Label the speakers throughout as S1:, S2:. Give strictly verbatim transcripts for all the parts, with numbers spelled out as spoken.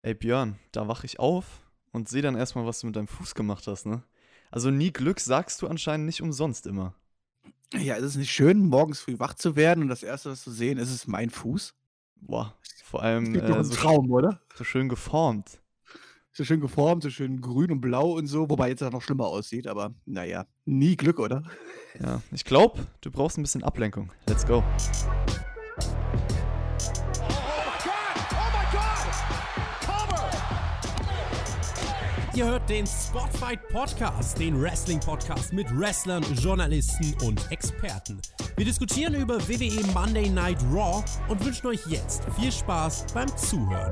S1: Ey Björn, da wache ich auf und sehe dann erstmal, was du mit deinem Fuß gemacht hast, ne? Also nie Glück sagst du anscheinend nicht umsonst immer.
S2: Ja, ist es nicht schön, morgens früh wach zu werden und das erste, was zu sehen ist, ist mein Fuß?
S1: Boah, vor
S2: Das
S1: allem
S2: klingt doch
S1: äh,
S2: 'n
S1: so, sch
S2: Traum, oder?
S1: so schön geformt.
S2: So schön geformt, so schön grün und blau und so, wobei jetzt er noch schlimmer aussieht, aber na ja, nie Glück, oder?
S1: Ja, ich glaube, du brauchst ein bisschen Ablenkung. Let's go.
S3: Ihr hört den Spotfight Podcast, den Wrestling-Podcast mit Wrestlern, Journalisten und Experten. Wir diskutieren über W W E Monday Night Raw und wünschen euch jetzt viel Spaß beim Zuhören.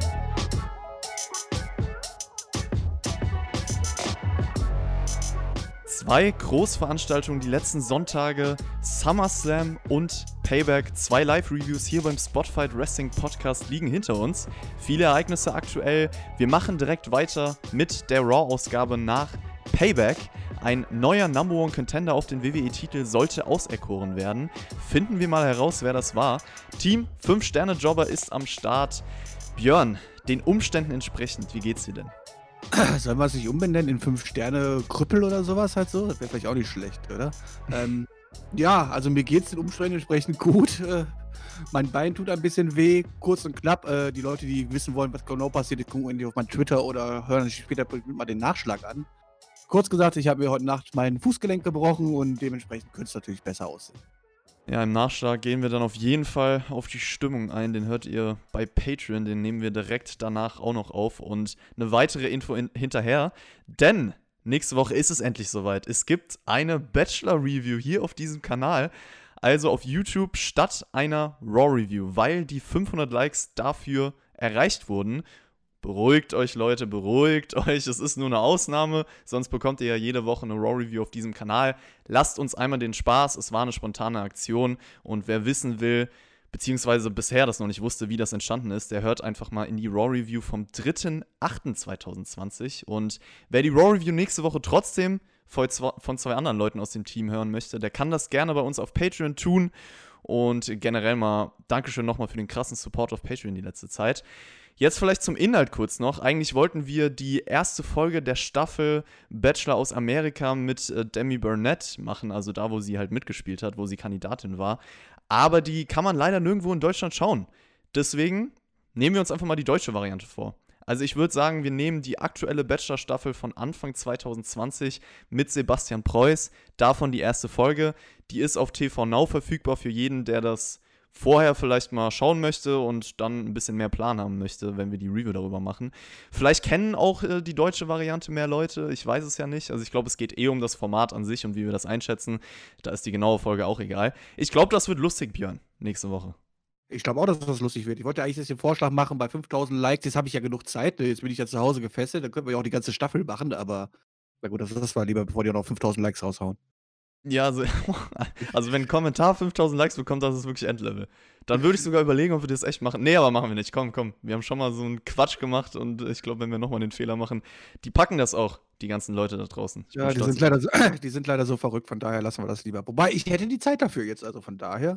S1: Zwei Großveranstaltungen die letzten Sonntage, SummerSlam und Payback. Zwei Live-Reviews hier beim Spotfight Wrestling Podcast liegen hinter uns. Viele Ereignisse aktuell. Wir machen direkt weiter mit der Raw-Ausgabe nach Payback. Ein neuer Number One Contender auf den W W E-Titel sollte auserkoren werden. Finden wir mal heraus, wer das war. Team fünf Sterne Jobber ist am Start. Björn, den Umständen entsprechend, wie geht's dir denn?
S2: Sollen wir es nicht umbenennen in fünf Sterne Krüppel oder sowas halt so? Das wäre vielleicht auch nicht schlecht, oder? Ähm, ja, also mir geht's den Umständen entsprechend gut. Äh, mein Bein tut ein bisschen weh, kurz und knapp. Äh, die Leute, die wissen wollen, was genau passiert, die gucken irgendwie auf mein Twitter oder hören sich später mal den Nachschlag an. Kurz gesagt, ich habe mir heute Nacht mein Fußgelenk gebrochen und dementsprechend könnte es natürlich besser aussehen.
S1: Ja, im Nachschlag gehen wir dann auf jeden Fall auf die Stimmung ein. Den hört ihr bei Patreon, den nehmen wir direkt danach auch noch auf. Und eine weitere Info in- hinterher, denn nächste Woche ist es endlich soweit. Es gibt eine Bachelor-Review hier auf diesem Kanal, also auf YouTube statt einer Raw-Review, weil die fünfhundert Likes dafür erreicht wurden. Beruhigt euch, Leute, beruhigt euch. Es ist nur eine Ausnahme, sonst bekommt ihr ja jede Woche eine Raw-Review auf diesem Kanal. Lasst uns einmal den Spaß. Es war eine spontane Aktion und wer wissen will, beziehungsweise bisher das noch nicht wusste, wie das entstanden ist, der hört einfach mal in die Raw-Review vom dritter achter zweitausendzwanzig. Und wer die Raw-Review nächste Woche trotzdem von zwei anderen Leuten aus dem Team hören möchte, der kann das gerne bei uns auf Patreon tun. Und generell mal Dankeschön nochmal für den krassen Support auf Patreon die letzte Zeit. Jetzt vielleicht zum Inhalt kurz noch. Eigentlich wollten wir die erste Folge der Staffel Bachelor aus Amerika mit äh, Demi Burnett machen, also da, wo sie halt mitgespielt hat, wo sie Kandidatin war. Aber die kann man leider nirgendwo in Deutschland schauen. Deswegen nehmen wir uns einfach mal die deutsche Variante vor. Also ich würde sagen, wir nehmen die aktuelle Bachelor-Staffel von Anfang zwanzig zwanzig mit Sebastian Preuß. Davon die erste Folge. Die ist auf T V Now verfügbar für jeden, der das vorher vielleicht mal schauen möchte und dann ein bisschen mehr Plan haben möchte, wenn wir die Review darüber machen. Vielleicht kennen auch äh, die deutsche Variante mehr Leute, ich weiß es ja nicht. Also ich glaube, es geht eh um das Format an sich und wie wir das einschätzen. Da ist die genaue Folge auch egal. Ich glaube, das wird lustig, Björn, nächste Woche.
S2: Ich glaube auch, dass das lustig wird. Ich wollte eigentlich jetzt den Vorschlag machen, bei fünftausend Likes, jetzt habe ich ja genug Zeit, ne? Jetzt bin ich ja zu Hause gefesselt, dann könnten wir ja auch die ganze Staffel machen, aber na gut, das das war lieber, bevor die auch noch fünftausend Likes raushauen.
S1: Ja, also, also wenn ein Kommentar fünftausend Likes bekommt, das ist wirklich Endlevel. Dann würde ich sogar überlegen, ob wir das echt machen. Nee, aber machen wir nicht. Komm, komm. Wir haben schon mal so einen Quatsch gemacht und ich glaube, wenn wir nochmal den Fehler machen, die packen das auch, die ganzen Leute da draußen. Ich bin
S2: Ja, die
S1: stolz
S2: sind
S1: auf
S2: leider so die sind leider so verrückt, von daher lassen wir das lieber. Wobei, ich hätte die Zeit dafür jetzt, also von daher.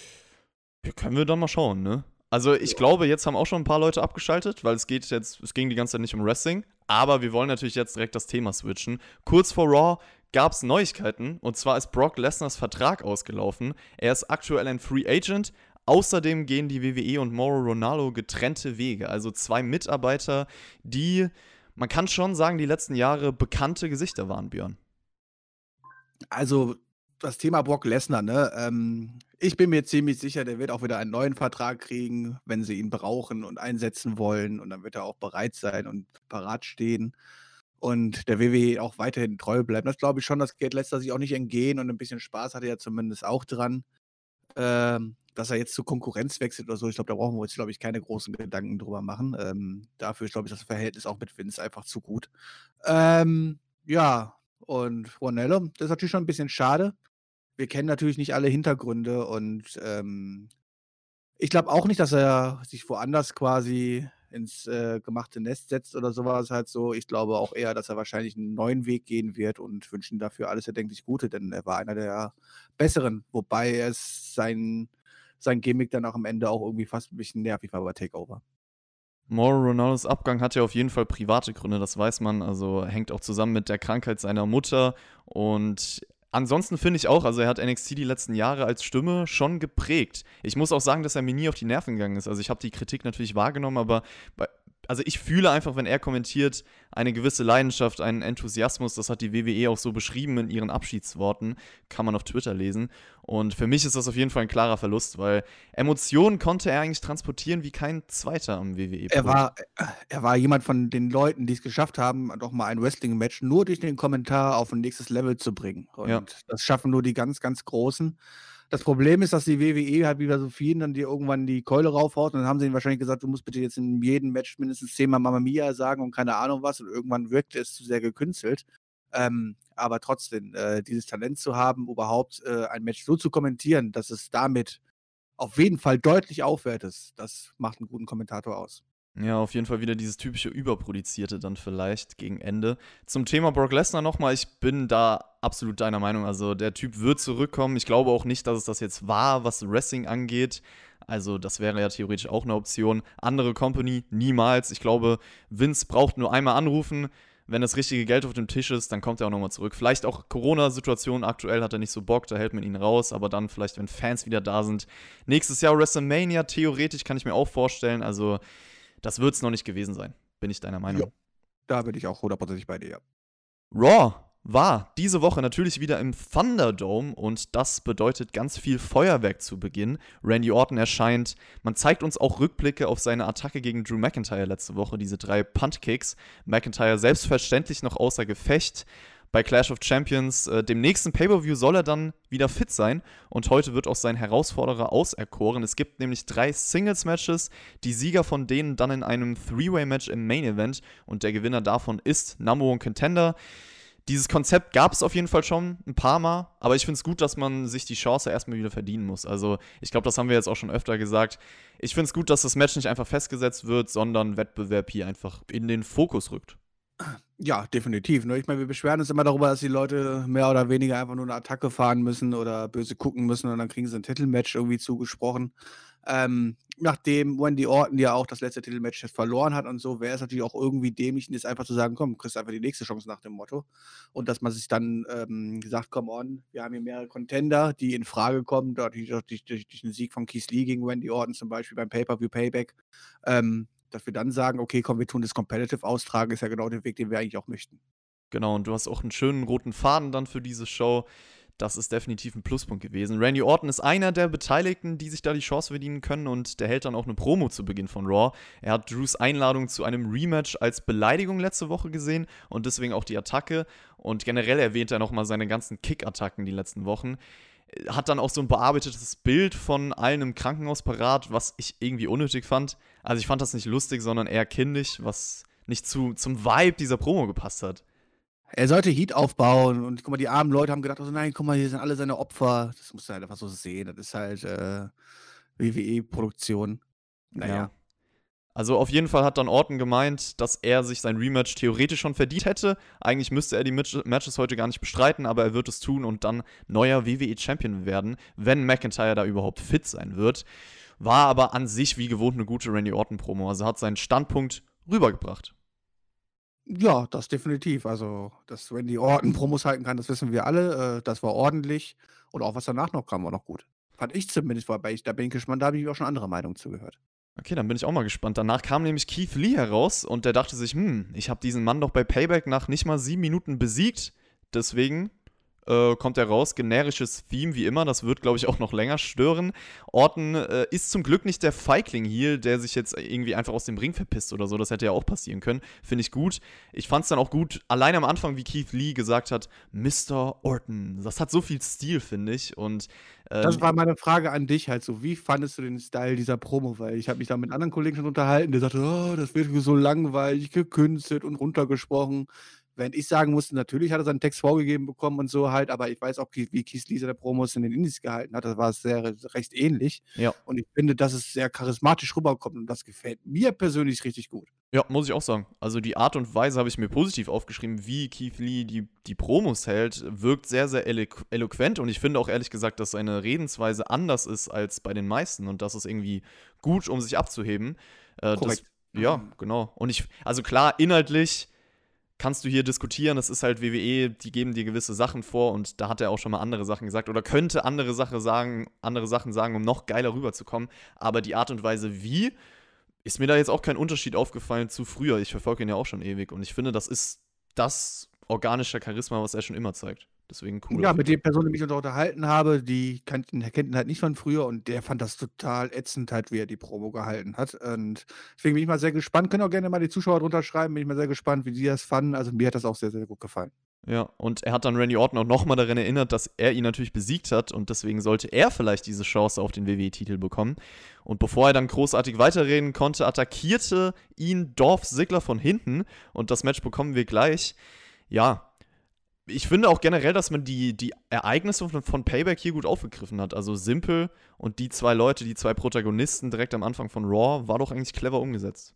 S1: Ja, können wir dann mal schauen, ne? Also ich glaube, jetzt haben auch schon ein paar Leute abgeschaltet, weil es geht jetzt, es ging die ganze Zeit nicht um Wrestling, aber wir wollen natürlich jetzt direkt das Thema switchen. Kurz vor Raw gab es Neuigkeiten, und zwar ist Brock Lesnars Vertrag ausgelaufen. Er ist aktuell ein Free Agent. Außerdem gehen die W W E und Mauro Ronaldo getrennte Wege. Also zwei Mitarbeiter, die, man kann schon sagen, die letzten Jahre bekannte Gesichter waren, Björn.
S2: Also, das Thema Brock Lesnar, ne? Ähm, ich bin mir ziemlich sicher, der wird auch wieder einen neuen Vertrag kriegen, wenn sie ihn brauchen und einsetzen wollen. Und dann wird er auch bereit sein und parat stehen. Und der W W E auch weiterhin treu bleiben. Das glaube ich schon, das Geld lässt er sich auch nicht entgehen und ein bisschen Spaß hat er ja zumindest auch dran. Ähm, dass er jetzt zur Konkurrenz wechselt oder so, ich glaube, da brauchen wir uns, glaube ich, keine großen Gedanken drüber machen. Ähm, dafür ist, glaube ich, das Verhältnis auch mit Vince einfach zu gut. Ähm, ja, und Ronaldo, das ist natürlich schon ein bisschen schade. Wir kennen natürlich nicht alle Hintergründe und, ähm, ich glaube auch nicht, dass er sich woanders quasi ins, äh, gemachte Nest setzt oder sowas halt so. Ich glaube auch eher, dass er wahrscheinlich einen neuen Weg gehen wird und wünsche ihm dafür alles erdenklich Gute, denn er war einer der Besseren, wobei es sein sein Gimmick dann auch am Ende auch irgendwie fast ein bisschen nervig war bei Takeover.
S1: Mauro Ronaldos Abgang hat ja auf jeden Fall private Gründe, das weiß man. Also hängt auch zusammen mit der Krankheit seiner Mutter. Und ansonsten finde ich auch, also er hat N X T die letzten Jahre als Stimme schon geprägt. Ich muss auch sagen, dass er mir nie auf die Nerven gegangen ist. Also ich habe die Kritik natürlich wahrgenommen, aber bei, also ich fühle einfach, wenn er kommentiert, eine gewisse Leidenschaft, einen Enthusiasmus. Das hat die W W E auch so beschrieben in ihren Abschiedsworten. Kann man auf Twitter lesen. Und für mich ist das auf jeden Fall ein klarer Verlust, weil Emotionen konnte er eigentlich transportieren wie kein Zweiter am W W E.
S2: Er war, er war jemand von den Leuten, die es geschafft haben, doch mal ein Wrestling-Match nur durch den Kommentar auf ein nächstes Level zu bringen. Und
S1: Ja.
S2: das schaffen nur die ganz, ganz Großen. Das Problem ist, dass die W W E halt wieder so vielen dann dir irgendwann die Keule raufhaut und dann haben sie ihnen wahrscheinlich gesagt, du musst bitte jetzt in jedem Match mindestens zehnmal Mamma Mia sagen und keine Ahnung was und irgendwann wirkte es zu sehr gekünstelt. Ähm, aber trotzdem, äh, dieses Talent zu haben, überhaupt äh, ein Match so zu kommentieren, dass es damit auf jeden Fall deutlich aufwertet, das macht einen guten Kommentator aus.
S1: Ja, auf jeden Fall wieder dieses typische Überproduzierte dann vielleicht gegen Ende. Zum Thema Brock Lesnar nochmal, ich bin da absolut deiner Meinung. Also der Typ wird zurückkommen. Ich glaube auch nicht, dass es das jetzt war, was Wrestling angeht. Also das wäre ja theoretisch auch eine Option. Andere Company, niemals. Ich glaube, Vince braucht nur einmal anrufen. Wenn das richtige Geld auf dem Tisch ist, dann kommt er auch nochmal zurück. Vielleicht auch Corona-Situation, aktuell hat er nicht so Bock, da hält man ihn raus. Aber dann vielleicht, wenn Fans wieder da sind. Nächstes Jahr WrestleMania, theoretisch kann ich mir auch vorstellen. Also das wird es noch nicht gewesen sein, bin ich deiner Meinung.
S2: Ja, da bin ich auch hundertprozentig bei dir, ja.
S1: Raw war diese Woche natürlich wieder im Thunderdome und das bedeutet ganz viel Feuerwerk zu Beginn. Randy Orton erscheint. Man zeigt uns auch Rückblicke auf seine Attacke gegen Drew McIntyre letzte Woche, diese drei Punt-Kicks. McIntyre selbstverständlich noch außer Gefecht. Bei Clash of Champions, äh, dem nächsten Pay-Per-View, soll er dann wieder fit sein. Und heute wird auch sein Herausforderer auserkoren. Es gibt nämlich drei Singles-Matches, die Sieger von denen dann in einem Three-Way-Match im Main-Event. Und der Gewinner davon ist Number One Contender. Dieses Konzept gab es auf jeden Fall schon ein paar Mal. Aber ich finde es gut, dass man sich die Chance erstmal wieder verdienen muss. Also ich glaube, das haben wir jetzt auch schon öfter gesagt. Ich finde es gut, dass das Match nicht einfach festgesetzt wird, sondern Wettbewerb hier einfach in den Fokus rückt.
S2: Ja, definitiv. Ne? Ich meine, wir beschweren uns immer darüber, dass die Leute mehr oder weniger einfach nur eine Attacke fahren müssen oder böse gucken müssen und dann kriegen sie ein Titelmatch irgendwie zugesprochen. Ähm, nachdem Randy Orton ja auch das letzte Titelmatch jetzt verloren hat und so, wäre es natürlich auch irgendwie dämlich, jetzt einfach zu sagen, komm, du kriegst einfach die nächste Chance nach dem Motto. Und dass man sich dann ähm, sagt, komm on, wir haben hier mehrere Contender, die in Frage kommen, durch, durch, durch, durch den Sieg von Keith Lee gegen Randy Orton zum Beispiel beim Pay-Per-View Payback. Ähm, dass wir dann sagen, okay, komm, wir tun das Competitive austragen, ist ja genau der Weg, den wir eigentlich auch möchten.
S1: Genau, und du hast auch einen schönen roten Faden dann für diese Show. Das ist definitiv ein Pluspunkt gewesen. Randy Orton ist einer der Beteiligten, die sich da die Chance verdienen können und der hält dann auch eine Promo zu Beginn von Raw. Er hat Drews Einladung zu einem Rematch als Beleidigung letzte Woche gesehen und deswegen auch die Attacke. Und generell erwähnt er nochmal seine ganzen Kick-Attacken die letzten Wochen. Hat dann auch so ein bearbeitetes Bild von allen im Krankenhaus parat, was ich irgendwie unnötig fand. Also ich fand das nicht lustig, sondern eher kindisch, was nicht zu, zum Vibe dieser Promo gepasst hat.
S2: Er sollte Heat aufbauen und guck mal, die armen Leute haben gedacht, also nein, guck mal, hier sind alle seine Opfer. Das musst du halt einfach so sehen. Das ist halt äh, W W E-Produktion. Naja.
S1: Ja. Also auf jeden Fall hat dann Orton gemeint, dass er sich sein Rematch theoretisch schon verdient hätte. Eigentlich müsste er die Matches heute gar nicht bestreiten, aber er wird es tun und dann neuer W W E-Champion werden, wenn McIntyre da überhaupt fit sein wird. War aber an sich wie gewohnt eine gute Randy Orton-Promo. Also hat seinen Standpunkt rübergebracht.
S2: Ja, das definitiv. Also, dass Randy Orton Promos halten kann, das wissen wir alle. Äh, das war ordentlich. Und auch was danach noch kam, war noch gut. Fand ich zumindest, wobei ich, da bin ich gespannt, da habe ich auch schon andere Meinungen zugehört.
S1: Okay, dann bin ich auch mal gespannt. Danach kam nämlich Keith Lee heraus und der dachte sich, hm, ich habe diesen Mann doch bei Payback nach nicht mal sieben Minuten besiegt. Deswegen äh, kommt er raus. Generisches Theme wie immer. Das wird, glaube ich, auch noch länger stören. Orton äh, ist zum Glück nicht der Feigling-Heel, der sich jetzt irgendwie einfach aus dem Ring verpisst oder so. Das hätte ja auch passieren können. Finde ich gut. Ich fand es dann auch gut, allein am Anfang, wie Keith Lee gesagt hat, Mister Orton. Das hat so viel Stil, finde ich. Und ähm,
S2: Das war meine Frage an dich halt so. Wie fandest du den Style dieser Promo? Weil ich habe mich da mit anderen Kollegen schon unterhalten, der sagte, oh, das wird so langweilig, gekünstelt und runtergesprochen. Während ich sagen musste, natürlich hat er seinen Text vorgegeben bekommen und so halt, aber ich weiß auch, wie wie Keith Lee seine Promos in den Indies gehalten hat. Das war sehr recht ähnlich.
S1: ja.
S2: Und ich finde, dass es sehr charismatisch rüberkommt und das gefällt mir persönlich richtig gut.
S1: Ja, muss ich auch sagen. Also die Art und Weise habe ich mir positiv aufgeschrieben, wie Keith Lee die, die Promos hält, wirkt sehr, sehr eloqu- eloquent und ich finde auch ehrlich gesagt, dass seine Redensweise anders ist als bei den meisten und das ist irgendwie gut, um sich abzuheben. Äh, das,
S2: Korrekt.
S1: Ja, genau. Und ich, also klar, inhaltlich kannst du hier diskutieren, das ist halt W W E, die geben dir gewisse Sachen vor und da hat er auch schon mal andere Sachen gesagt oder könnte andere Sache sagen, andere Sachen sagen, um noch geiler rüberzukommen. Aber die Art und Weise, wie, ist mir da jetzt auch kein Unterschied aufgefallen zu früher. Ich verfolge ihn ja auch schon ewig und ich finde, das ist das organische Charisma, was er schon immer zeigt. Deswegen cool.
S2: Ja, mit den Personen, die ich mich unterhalten habe, die kannten, kennt ihn halt nicht von früher und der fand das total ätzend halt, wie er die Promo gehalten hat. Und deswegen bin ich mal sehr gespannt. Können auch gerne mal die Zuschauer drunter schreiben. Bin ich mal sehr gespannt, wie die das fanden. Also mir hat das auch sehr, sehr gut gefallen.
S1: Ja, und er hat dann Randy Orton auch nochmal daran erinnert, dass er ihn natürlich besiegt hat und deswegen sollte er vielleicht diese Chance auf den W W E-Titel bekommen. Und bevor er dann großartig weiterreden konnte, attackierte ihn Dolph Ziggler von hinten und das Match bekommen wir gleich. Ja, ich finde auch generell, dass man die, die Ereignisse von, von Payback hier gut aufgegriffen hat. Also simpel und die zwei Leute, die zwei Protagonisten direkt am Anfang von Raw, war doch eigentlich clever umgesetzt.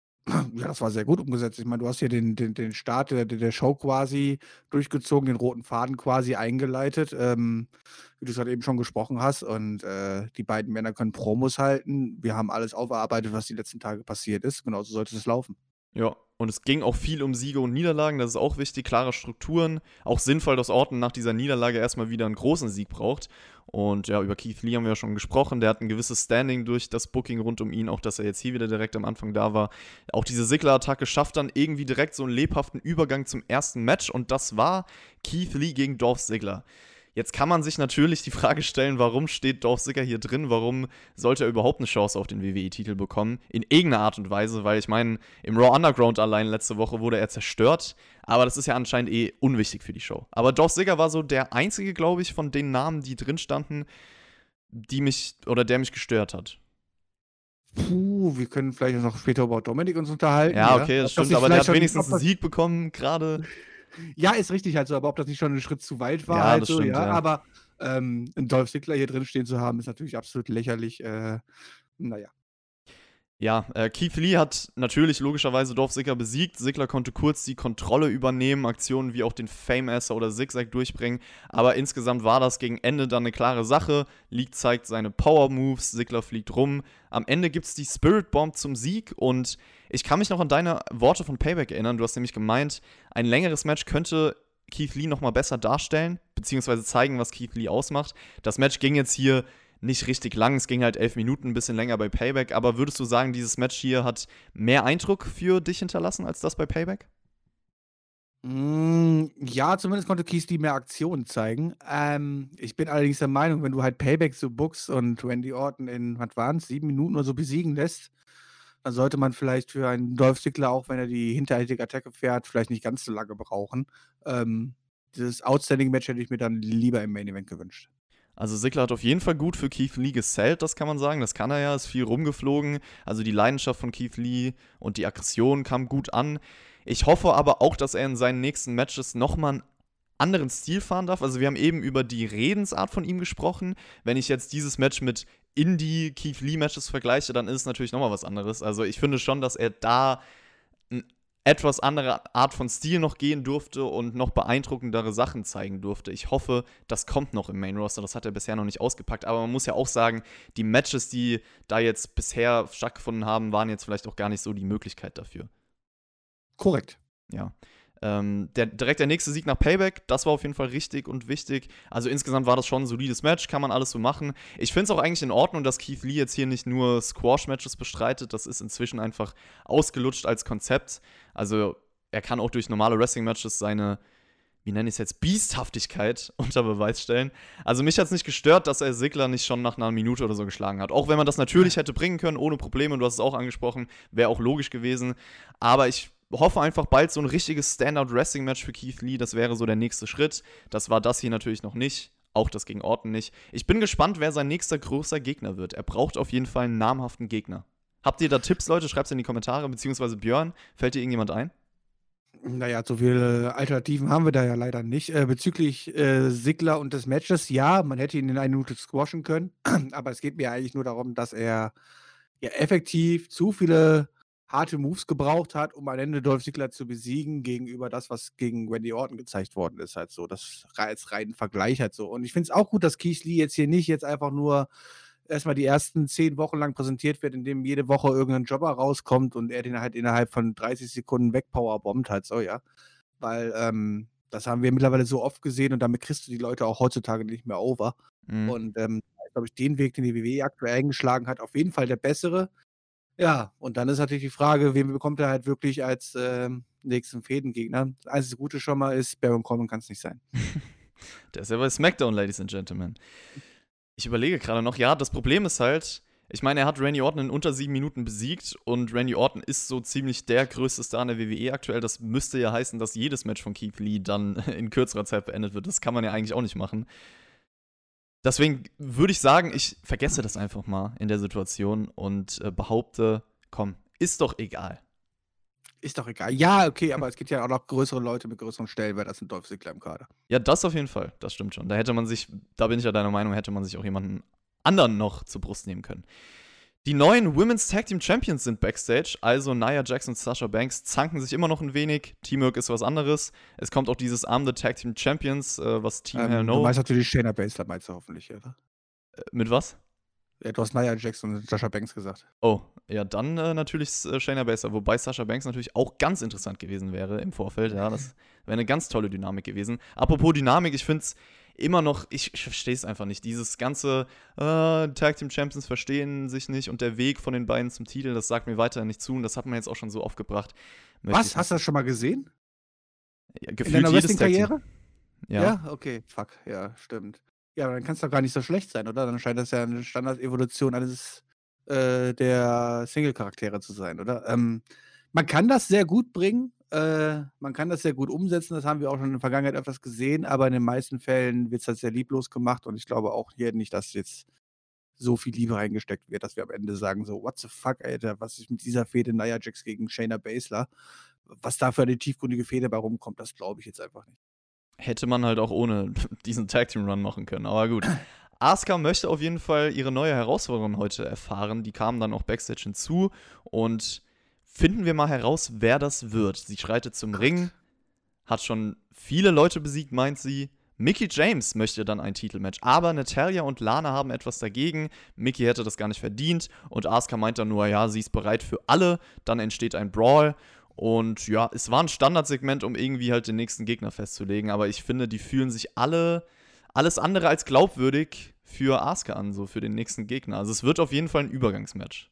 S2: Ja, das war sehr gut umgesetzt. Ich meine, du hast hier den, den, den Start der, der Show quasi durchgezogen, den roten Faden quasi eingeleitet, ähm, wie du es gerade eben schon gesprochen hast. Und äh, die beiden Männer können Promos halten. Wir haben alles aufgearbeitet, was die letzten Tage passiert ist. Genauso sollte es laufen.
S1: Ja, und es ging auch viel um Siege und Niederlagen, das ist auch wichtig, klare Strukturen. Auch sinnvoll, dass Orton nach dieser Niederlage erstmal wieder einen großen Sieg braucht. Und ja, über Keith Lee haben wir ja schon gesprochen, der hat ein gewisses Standing durch das Booking rund um ihn, auch dass er jetzt hier wieder direkt am Anfang da war. Auch diese Ziggler-Attacke schafft dann irgendwie direkt so einen lebhaften Übergang zum ersten Match und das war Keith Lee gegen Dolph Ziggler. Jetzt kann man sich natürlich die Frage stellen, warum steht Dolph Ziggler hier drin? Warum sollte er überhaupt eine Chance auf den W W E-Titel bekommen? In irgendeiner Art und Weise, weil ich meine, im Raw Underground allein letzte Woche wurde er zerstört. Aber das ist ja anscheinend eh unwichtig für die Show. Aber Dolph Ziggler war so der einzige, glaube ich, von den Namen, die drin standen, die mich oder der mich gestört hat.
S2: Puh, wir können vielleicht noch später über Dominik uns unterhalten.
S1: Ja, okay, das
S2: Ob
S1: stimmt, aber der hat
S2: schon-
S1: wenigstens
S2: ob
S1: einen
S2: das-
S1: Sieg bekommen gerade.
S2: Ja, ist richtig halt so, aber ob das nicht schon ein Schritt zu weit war,
S1: Ja,
S2: halt
S1: das
S2: so,
S1: stimmt,
S2: ja.
S1: ja.
S2: Aber ähm, einen Dolph Ziggler hier drin stehen zu haben, ist natürlich absolut lächerlich. Äh, naja.
S1: Ja, äh, Keith Lee hat natürlich logischerweise Dolph Ziggler besiegt. Ziggler konnte kurz die Kontrolle übernehmen, Aktionen wie auch den Fame-Asser oder Zigzag durchbringen. Aber insgesamt war das gegen Ende dann eine klare Sache. Lee zeigt seine Power-Moves, Ziggler fliegt rum. Am Ende gibt es die Spirit Bomb zum Sieg und ich kann mich noch an deine Worte von Payback erinnern. Du hast nämlich gemeint, ein längeres Match könnte Keith Lee nochmal besser darstellen, beziehungsweise zeigen, was Keith Lee ausmacht. Das Match ging jetzt hier nicht richtig lang, es ging halt elf Minuten, ein bisschen länger bei Payback, aber würdest du sagen, dieses Match hier hat mehr Eindruck für dich hinterlassen als das bei Payback?
S2: Mm, ja, zumindest konnte Keith Lee mehr Aktionen zeigen. Ähm, ich bin allerdings der Meinung, wenn du halt Payback so bookst und Randy Orton in, was waren es, sieben Minuten oder so besiegen lässt, dann sollte man vielleicht für einen Dolph Ziggler, auch wenn er die hinterhältige Attacke fährt, vielleicht nicht ganz so lange brauchen. Ähm, dieses Outstanding-Match hätte ich mir dann lieber im Main-Event gewünscht.
S1: Also Ziggler hat auf jeden Fall gut für Keith Lee gesellt, das kann man sagen, das kann er ja, ist viel rumgeflogen, also die Leidenschaft von Keith Lee und die Aggression kam gut an. Ich hoffe aber auch, dass er in seinen nächsten Matches nochmal einen anderen Stil fahren darf. Also wir haben eben über die Redensart von ihm gesprochen. Wenn ich jetzt dieses Match mit Indie-Keith Lee-Matches vergleiche, dann ist es natürlich nochmal was anderes. Also ich finde schon, dass er da eine etwas andere Art von Stil noch gehen durfte und noch beeindruckendere Sachen zeigen durfte. Ich hoffe, das kommt noch im Main Roster. Das hat er bisher noch nicht ausgepackt. Aber man muss ja auch sagen, die Matches, die da jetzt bisher stattgefunden haben, waren jetzt vielleicht auch gar nicht so die Möglichkeit dafür.
S2: Korrekt.
S1: Ja. Ähm, der, direkt der nächste Sieg nach Payback, das war auf jeden Fall richtig und wichtig. Also insgesamt war das schon ein solides Match, kann man alles so machen. Ich finde es auch eigentlich in Ordnung, dass Keith Lee jetzt hier nicht nur Squash-Matches bestreitet. Das ist inzwischen einfach ausgelutscht als Konzept. Also er kann auch durch normale Wrestling-Matches seine, wie nenne ich es jetzt, Biesthaftigkeit unter Beweis stellen. Also mich hat es nicht gestört, dass er Ziggler nicht schon nach einer Minute oder so geschlagen hat. Auch wenn man das natürlich hätte bringen können, ohne Probleme. Du hast es auch angesprochen, wäre auch logisch gewesen. Aber ich hoffe einfach bald so ein richtiges Standout-Wrestling-Match für Keith Lee. Das wäre so der nächste Schritt. Das war das hier natürlich noch nicht. Auch das gegen Orton nicht. Ich bin gespannt, wer sein nächster größer Gegner wird. Er braucht auf jeden Fall einen namhaften Gegner. Habt ihr da Tipps, Leute? Schreibt es in die Kommentare. Beziehungsweise Björn, fällt dir irgendjemand ein?
S2: Naja, so viele Alternativen haben wir da ja leider nicht. Äh, bezüglich äh, Ziggler und des Matches, ja, man hätte ihn in einer Minute squashen können. Aber es geht mir eigentlich nur darum, dass er ja effektiv zu viele harte Moves gebraucht hat, um am Ende Dolph Ziggler zu besiegen, gegenüber das, was gegen Randy Orton gezeigt worden ist, halt so. Das als reinen Vergleich halt so. Und ich finde es auch gut, dass Keith Lee jetzt hier nicht jetzt einfach nur erstmal die ersten zehn Wochen lang präsentiert wird, in dem jede Woche irgendein Jobber rauskommt und er den halt innerhalb von dreißig Sekunden wegpowerbombt halt so, ja. Weil, ähm, das haben wir mittlerweile so oft gesehen und damit kriegst du die Leute auch heutzutage nicht mehr over.
S1: Mhm.
S2: Und, ähm, glaube ich, den Weg, den die W W E aktuell eingeschlagen hat, auf jeden Fall der bessere. Ja, und dann ist natürlich die Frage, wen bekommt er halt wirklich als, ähm, nächsten Fädengegner? Das einzige Gute schon mal ist, Baron Corbin kann's nicht sein.
S1: Der ist ja bei SmackDown, Ladies and Gentlemen. Ich überlege gerade noch, ja, das Problem ist halt, ich meine, er hat Randy Orton in unter sieben Minuten besiegt und Randy Orton ist so ziemlich der größte Star in der W W E aktuell. Das müsste ja heißen, dass jedes Match von Keith Lee dann in kürzerer Zeit beendet wird. Das kann man ja eigentlich auch nicht machen. Deswegen würde ich sagen, ich vergesse das einfach mal in der Situation und äh, behaupte, komm, ist doch egal.
S2: Ist doch egal. Ja, okay, aber es gibt ja auch noch größere Leute mit größeren Stellenwert als 'n Dolph Ziggler im Kader.
S1: Ja, das auf jeden Fall, das stimmt schon. Da hätte man sich, da bin ich ja deiner Meinung, hätte man sich auch jemanden anderen noch zur Brust nehmen können. Die neuen Women's Tag Team Champions sind backstage, also Nia Jax und Sasha Banks zanken sich immer noch ein wenig. Teamwork ist was anderes. Es kommt auch dieses I'm the Tag Team Champions, äh, was Team Hell
S2: Ähm, du
S1: No.
S2: meinst natürlich Shayna Baszler, meinst du hoffentlich, oder?
S1: Äh, mit was?
S2: Ja, du hast Nia Jax und Sasha Banks gesagt.
S1: Oh, ja, dann äh, natürlich äh, Shayna Baszler, wobei Sasha Banks natürlich auch ganz interessant gewesen wäre im Vorfeld. Ja, das wäre eine ganz tolle Dynamik gewesen. Apropos Dynamik, ich finde es immer noch, ich, ich verstehe es einfach nicht. Dieses ganze äh, Tag Team Champions verstehen sich nicht und der Weg von den beiden zum Titel, das sagt mir weiterhin nicht zu und das hat man jetzt auch schon so oft gebracht. Möchte
S2: Was?
S1: ich
S2: Hast du das schon mal gesehen?
S1: Ja,
S2: In
S1: gefühlt
S2: deiner
S1: jedes Tag Team.
S2: Wrestling-Karriere?
S1: Ja.
S2: Ja, okay, fuck, ja, stimmt. Ja, dann kann's doch gar nicht so schlecht sein, oder? Dann scheint das ja 'ne Standardevolution eines, äh, der Single-Charaktere zu sein, oder? Ähm, man kann das sehr gut bringen, äh, man kann das sehr gut umsetzen, das haben wir auch schon in der Vergangenheit öfters gesehen, aber in den meisten Fällen wird's halt sehr lieblos gemacht und ich glaube auch hier nicht, dass jetzt so viel Liebe reingesteckt wird, dass wir am Ende sagen so: „What the fuck, Alter, was ist mit dieser Fehde Nia Jax gegen Shayna Baszler?“ Was da für eine tiefgründige Fehde bei rumkommt, das glaube ich jetzt einfach nicht.
S1: Hätte man halt auch ohne diesen Tag Team Run machen können, aber gut. Asuka möchte auf jeden Fall ihre neue Herausforderin heute erfahren. Die kamen dann auch Backstage hinzu und finden wir mal heraus, wer das wird. Sie schreitet zum Ring, hat schon viele Leute besiegt, meint sie. Mickie James möchte dann ein Titelmatch, aber Natalya und Lana haben etwas dagegen. Mickie hätte das gar nicht verdient und Asuka meint dann nur, ja, sie ist bereit für alle. Dann entsteht ein Brawl. Und ja, es war ein Standardsegment, um irgendwie halt den nächsten Gegner festzulegen, aber ich finde, die fühlen sich alle alles andere als glaubwürdig für Asuka an, so für den nächsten Gegner. Also es wird auf jeden Fall ein Übergangsmatch.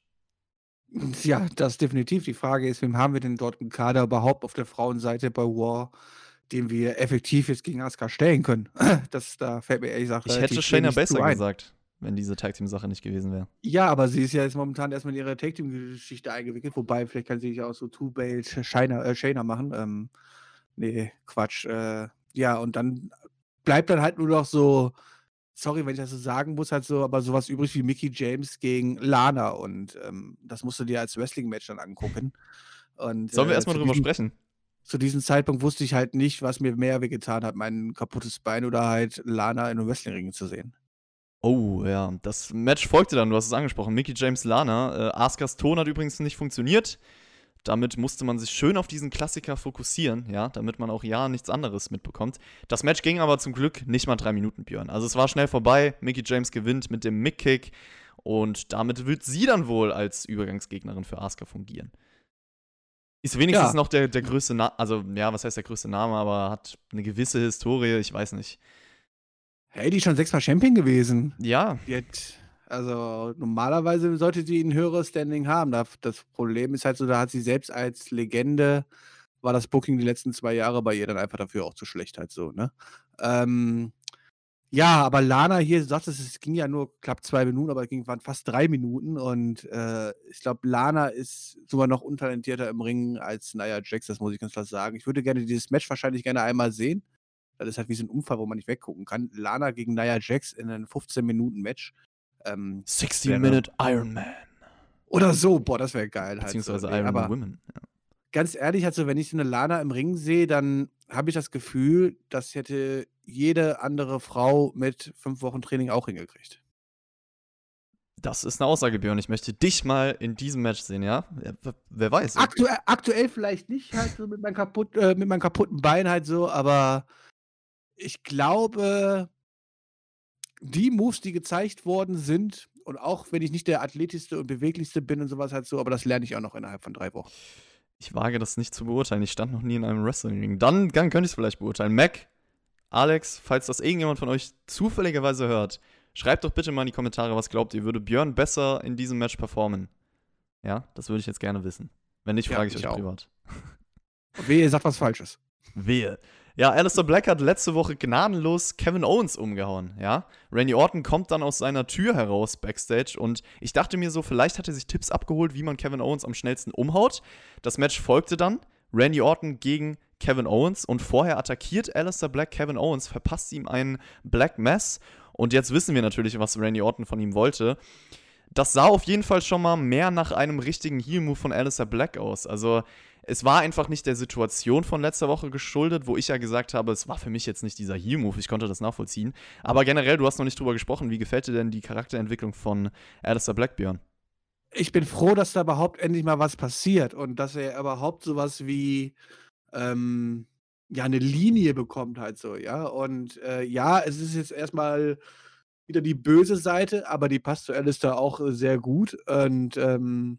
S2: Ja, das definitiv. Die Frage ist, wen haben wir denn dort im Kader überhaupt auf der Frauenseite bei Raw, den wir effektiv jetzt gegen Asuka stellen können? Das da fällt mir ehrlich gesagt
S1: Ich
S2: relativ
S1: hätte Shayna
S2: wenig zu
S1: Baszler
S2: ein.
S1: gesagt, wenn diese Tag-Team-Sache nicht gewesen wäre.
S2: Ja, aber sie ist ja jetzt momentan erst mal in ihre Tag-Team-Geschichte eingewickelt, wobei vielleicht kann sie sich auch so Two-Belt Shayna äh, Shayna machen. Ähm, ne, Quatsch. Äh, ja, und dann bleibt dann halt nur noch so, sorry, wenn ich das so sagen muss, halt so, aber so was übrig wie Mickie James gegen Lana und, ähm, das musst du dir als Wrestling-Match dann angucken. Und,
S1: Sollen wir
S2: äh,
S1: erst mal
S2: zu
S1: drüber
S2: diesem
S1: sprechen?
S2: zu diesem Zeitpunkt wusste ich halt nicht, was mir mehr wehgetan hat, mein kaputtes Bein oder halt Lana in 'nem Wrestlingring zu sehen.
S1: Oh, ja, das Match folgte dann, du hast es angesprochen, Mickie James Lana. Äh, Askas Ton hat übrigens nicht funktioniert. Damit musste man sich schön auf diesen Klassiker fokussieren, ja, damit man auch ja nichts anderes mitbekommt. Das Match ging aber zum Glück nicht mal drei Minuten, Björn. Also es war schnell vorbei, Mickie James gewinnt mit dem Mick-Kick und damit wird sie dann wohl als Übergangsgegnerin für Asuka fungieren. Ist wenigstens
S2: Ja.
S1: noch der, der größte Name, also ja, was heißt der größte Name, aber hat eine gewisse Historie, ich weiß nicht.
S2: Hey, die ist schon sechsmal Champion gewesen.
S1: Ja,
S2: Die hat also, normalerweise sollte sie 'n höheres Standing haben. Da das Problem ist halt so, da hat sie selbst als Legende war das Booking die letzten zwei Jahre bei ihr dann einfach dafür auch zu schlecht halt so, ne? Ähm, ja, aber Lana hier, du sagtest, es ging ja nur knapp zwei Minuten, aber es ging waren fast drei Minuten und, äh, ich glaube, Lana ist sogar noch untalentierter im Ring als Nia Jax, das muss ich ganz klar sagen. Ich würde gerne dieses Match wahrscheinlich gerne einmal sehen. Das ist halt wie so 'n Unfall, wo man nicht weggucken kann. Lana gegen Nia Jax in 'nen fünfzehn Minuten Match. Ähm,
S1: sixty
S2: wäre
S1: minute Iron Man.
S2: oder so, boah, das wäre geil halt so.
S1: Beziehungsweise
S2: Ne,
S1: Iron
S2: aber
S1: Women. Ja.
S2: ganz ehrlich, also, wenn ich so 'ne Lana im Ring sehe, dann habe ich das Gefühl, das hätte jede andere Frau mit fünf Wochen Training auch hingekriegt.
S1: Das ist eine Aussage, Björn. Ich möchte dich mal in diesem Match sehen, ja? Ja, w wer weiß.
S2: Aktuell aktuell vielleicht nicht halt so mit meinem kaputt äh, mit meinem kaputten Bein halt so, aber ich glaube die Moves, die gezeigt worden sind und auch wenn ich nicht der athletischste und beweglichste bin und sowas halt so, aber das lerne ich auch noch innerhalb von drei Wochen.
S1: Ich wage das nicht zu beurteilen. Ich stand noch nie in einem Wrestling-Ring. Dann, dann könnte ich es vielleicht beurteilen. Mac, Alex, falls das irgendjemand von euch zufälligerweise hört, schreibt doch bitte mal in die Kommentare, was glaubt ihr, würde Björn besser in diesem Match performen? Ja, das würde ich jetzt gerne wissen. Wenn nicht,
S2: Ja,
S1: frage ich
S2: ich
S1: euch
S2: auch.
S1: privat.
S2: Und wehe, ihr sagt was Falsches.
S1: Wehe. Ja, Aleister Black hat letzte Woche gnadenlos Kevin Owens umgehauen, ja. Randy Orton kommt dann aus seiner Tür heraus backstage und ich dachte mir so, vielleicht hat er sich Tipps abgeholt, wie man Kevin Owens am schnellsten umhaut. Das Match folgte dann, Randy Orton gegen Kevin Owens und vorher attackiert Aleister Black Kevin Owens, verpasst ihm einen Black Mass und jetzt wissen wir natürlich, was Randy Orton von ihm wollte. Das sah auf jeden Fall schon mal mehr nach einem richtigen Heel-Move von Aleister Black aus. Also es war einfach nicht der Situation von letzter Woche geschuldet, wo ich ja gesagt habe, es war für mich jetzt nicht dieser Heel-Move, ich konnte das nachvollziehen. Aber generell, du hast noch nicht drüber gesprochen, wie gefällt dir denn die Charakterentwicklung von Aleister Black, Björn?
S2: Ich bin froh, dass da überhaupt endlich mal was passiert und dass er überhaupt sowas wie, ähm, ja, eine Linie bekommt halt so, ja. Und, äh, ja, es ist jetzt erstmal wieder die böse Seite, aber die passt zu Aleister auch, äh, sehr gut und, ähm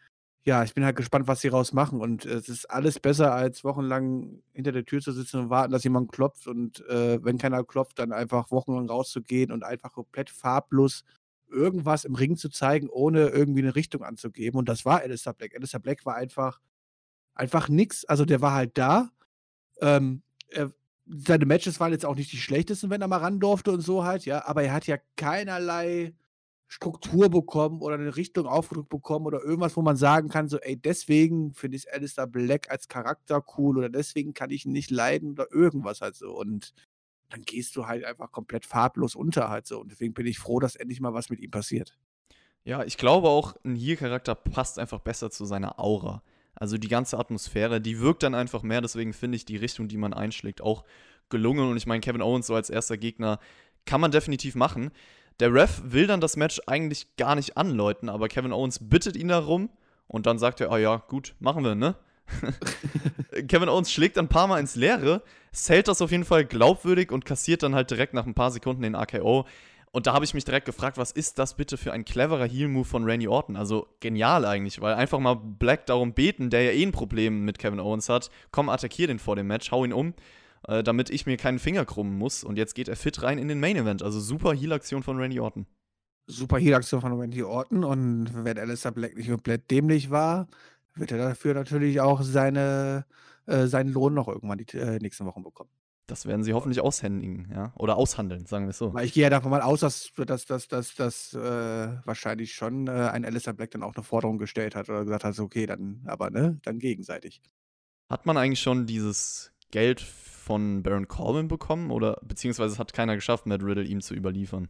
S2: ja, ich bin halt gespannt, was sie raus machen und es ist alles besser, als wochenlang hinter der Tür zu sitzen und warten, dass jemand klopft und, äh, wenn keiner klopft, dann einfach wochenlang rauszugehen und einfach komplett farblos irgendwas im Ring zu zeigen, ohne irgendwie 'ne Richtung anzugeben und das war Aleister Black. Aleister Black war einfach einfach nix. Also, der war halt da. Ähm, er seine Matches waren jetzt auch nicht die schlechtesten, wenn er mal ran durfte und so halt, ja, aber er hat ja keinerlei Struktur bekommen oder 'ne Richtung aufgedrückt bekommen oder irgendwas, wo man sagen kann, so: „Ey, deswegen finde ich Aleister Black als Charakter cool oder deswegen kann ich ihn nicht leiden“ oder irgendwas halt so. Und dann gehst du halt einfach komplett farblos unter halt so. Und deswegen bin ich froh, dass endlich mal was mit ihm passiert.
S1: Ja, ich glaube auch, ein Heel-Charakter passt einfach besser zu seiner Aura. Also die ganze Atmosphäre, die wirkt dann einfach mehr, deswegen finde ich die Richtung, die man einschlägt, auch gelungen. Und ich meine, Kevin Owens so als erster Gegner kann man definitiv machen. Der Ref will dann das Match eigentlich gar nicht anläuten, aber Kevin Owens bittet ihn darum und dann sagt er, ah ja, gut, machen wir, ne? Kevin Owens schlägt dann ein paar Mal ins Leere, zählt das auf jeden Fall glaubwürdig und kassiert dann halt direkt nach ein paar Sekunden den R K O. Und da habe ich mich direkt gefragt, was ist das bitte für ein cleverer Heel-Move von Randy Orton? Also genial eigentlich, weil einfach mal Black darum beten, der ja eh ein Problem mit Kevin Owens hat, komm, attackier den vor dem Match, hau ihn um, äh, damit ich mir keinen Finger krummen muss. Und jetzt geht er fit rein in den Main-Event. Also super Heel-Aktion von Randy Orton.
S2: Super Heel-Aktion von Randy Orton und wenn Aleister Black nicht komplett dämlich war, wird er dafür natürlich auch seine äh, seinen Lohn noch irgendwann die äh, nächsten Wochen bekommen.
S1: Das werden sie hoffentlich aushändigen, ja, oder aushandeln, sagen wir es so.
S2: Weil ich gehe ja davon mal aus, dass dass dass dass dass, äh, wahrscheinlich schon, äh, ein Aleister Black dann auch 'ne Forderung gestellt hat oder gesagt hat, so: „Okay, dann aber, ne, dann gegenseitig.“
S1: Hat man eigentlich schon dieses Geld von Baron Corbin bekommen oder beziehungsweise es hat keiner geschafft, Matt Riddle ihm zu überliefern?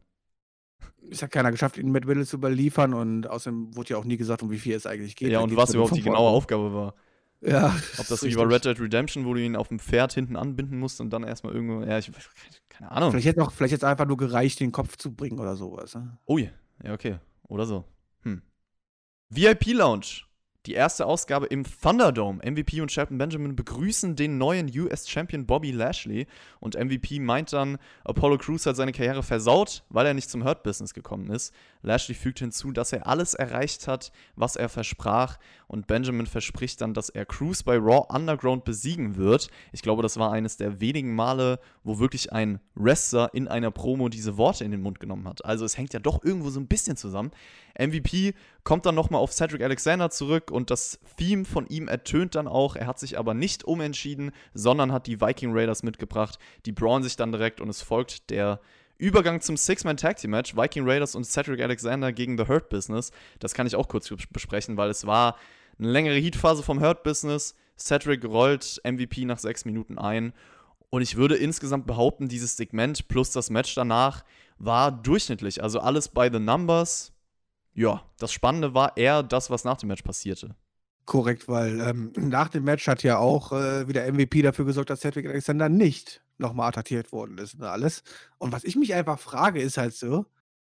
S2: Es hat keiner geschafft, ihn Matt Riddle zu überliefern und außerdem wurde ja auch nie gesagt, um wie viel es eigentlich geht.
S1: Ja,
S2: Da
S1: und
S2: geht's
S1: was
S2: nur
S1: überhaupt
S2: vom
S1: die genaue
S2: Forderung.
S1: Aufgabe war.
S2: Ja,
S1: Ob das wie
S2: richtig.
S1: bei Red Dead Redemption, wo du ihn auf dem Pferd hinten anbinden musst und dann erstmal irgendwo, ja, ich keine Ahnung.
S2: Vielleicht hätte auch vielleicht hätte es einfach nur gereicht, den Kopf zu bringen oder sowas, ne?
S1: Oh ja, ja, okay. Oder so. Hm. V I P Lounge. Die erste Ausgabe im Thunderdome. M V P und Shelton Benjamin begrüßen den neuen U S-Champion Bobby Lashley. Und M V P meint dann, Apollo Crews hat seine Karriere versaut, weil er nicht zum Hurt-Business gekommen ist. Lashley fügt hinzu, dass er alles erreicht hat, was er versprach. Und Benjamin verspricht dann, dass er Crews bei Raw Underground besiegen wird. Ich glaube, das war eines der wenigen Male, wo wirklich ein Wrestler in einer Promo diese Worte in den Mund genommen hat. Also es hängt ja doch irgendwo so ein bisschen zusammen. M V P kommt dann nochmal auf Cedric Alexander zurück und das Theme von ihm ertönt dann auch. Er hat sich aber nicht umentschieden, sondern hat die Viking Raiders mitgebracht. Die brauen sich dann direkt und es folgt der Übergang zum Six-Man-Tag-Team-Match. Viking Raiders und Cedric Alexander gegen The Hurt Business. Das kann ich auch kurz besprechen, weil es war eine längere Heatphase vom Hurt Business. Cedric rollt M V P nach sechs Minuten ein. Und ich würde insgesamt behaupten, dieses Segment plus das Match danach war durchschnittlich. Also alles by the numbers. Ja, das Spannende war eher das, was nach dem Match passierte.
S2: Korrekt, weil, ähm, nach dem Match hat ja auch, äh, wieder M V P dafür gesorgt, dass Cedric Alexander nicht nochmal attackiert worden ist und alles. Und was ich mich einfach frage, ist halt so,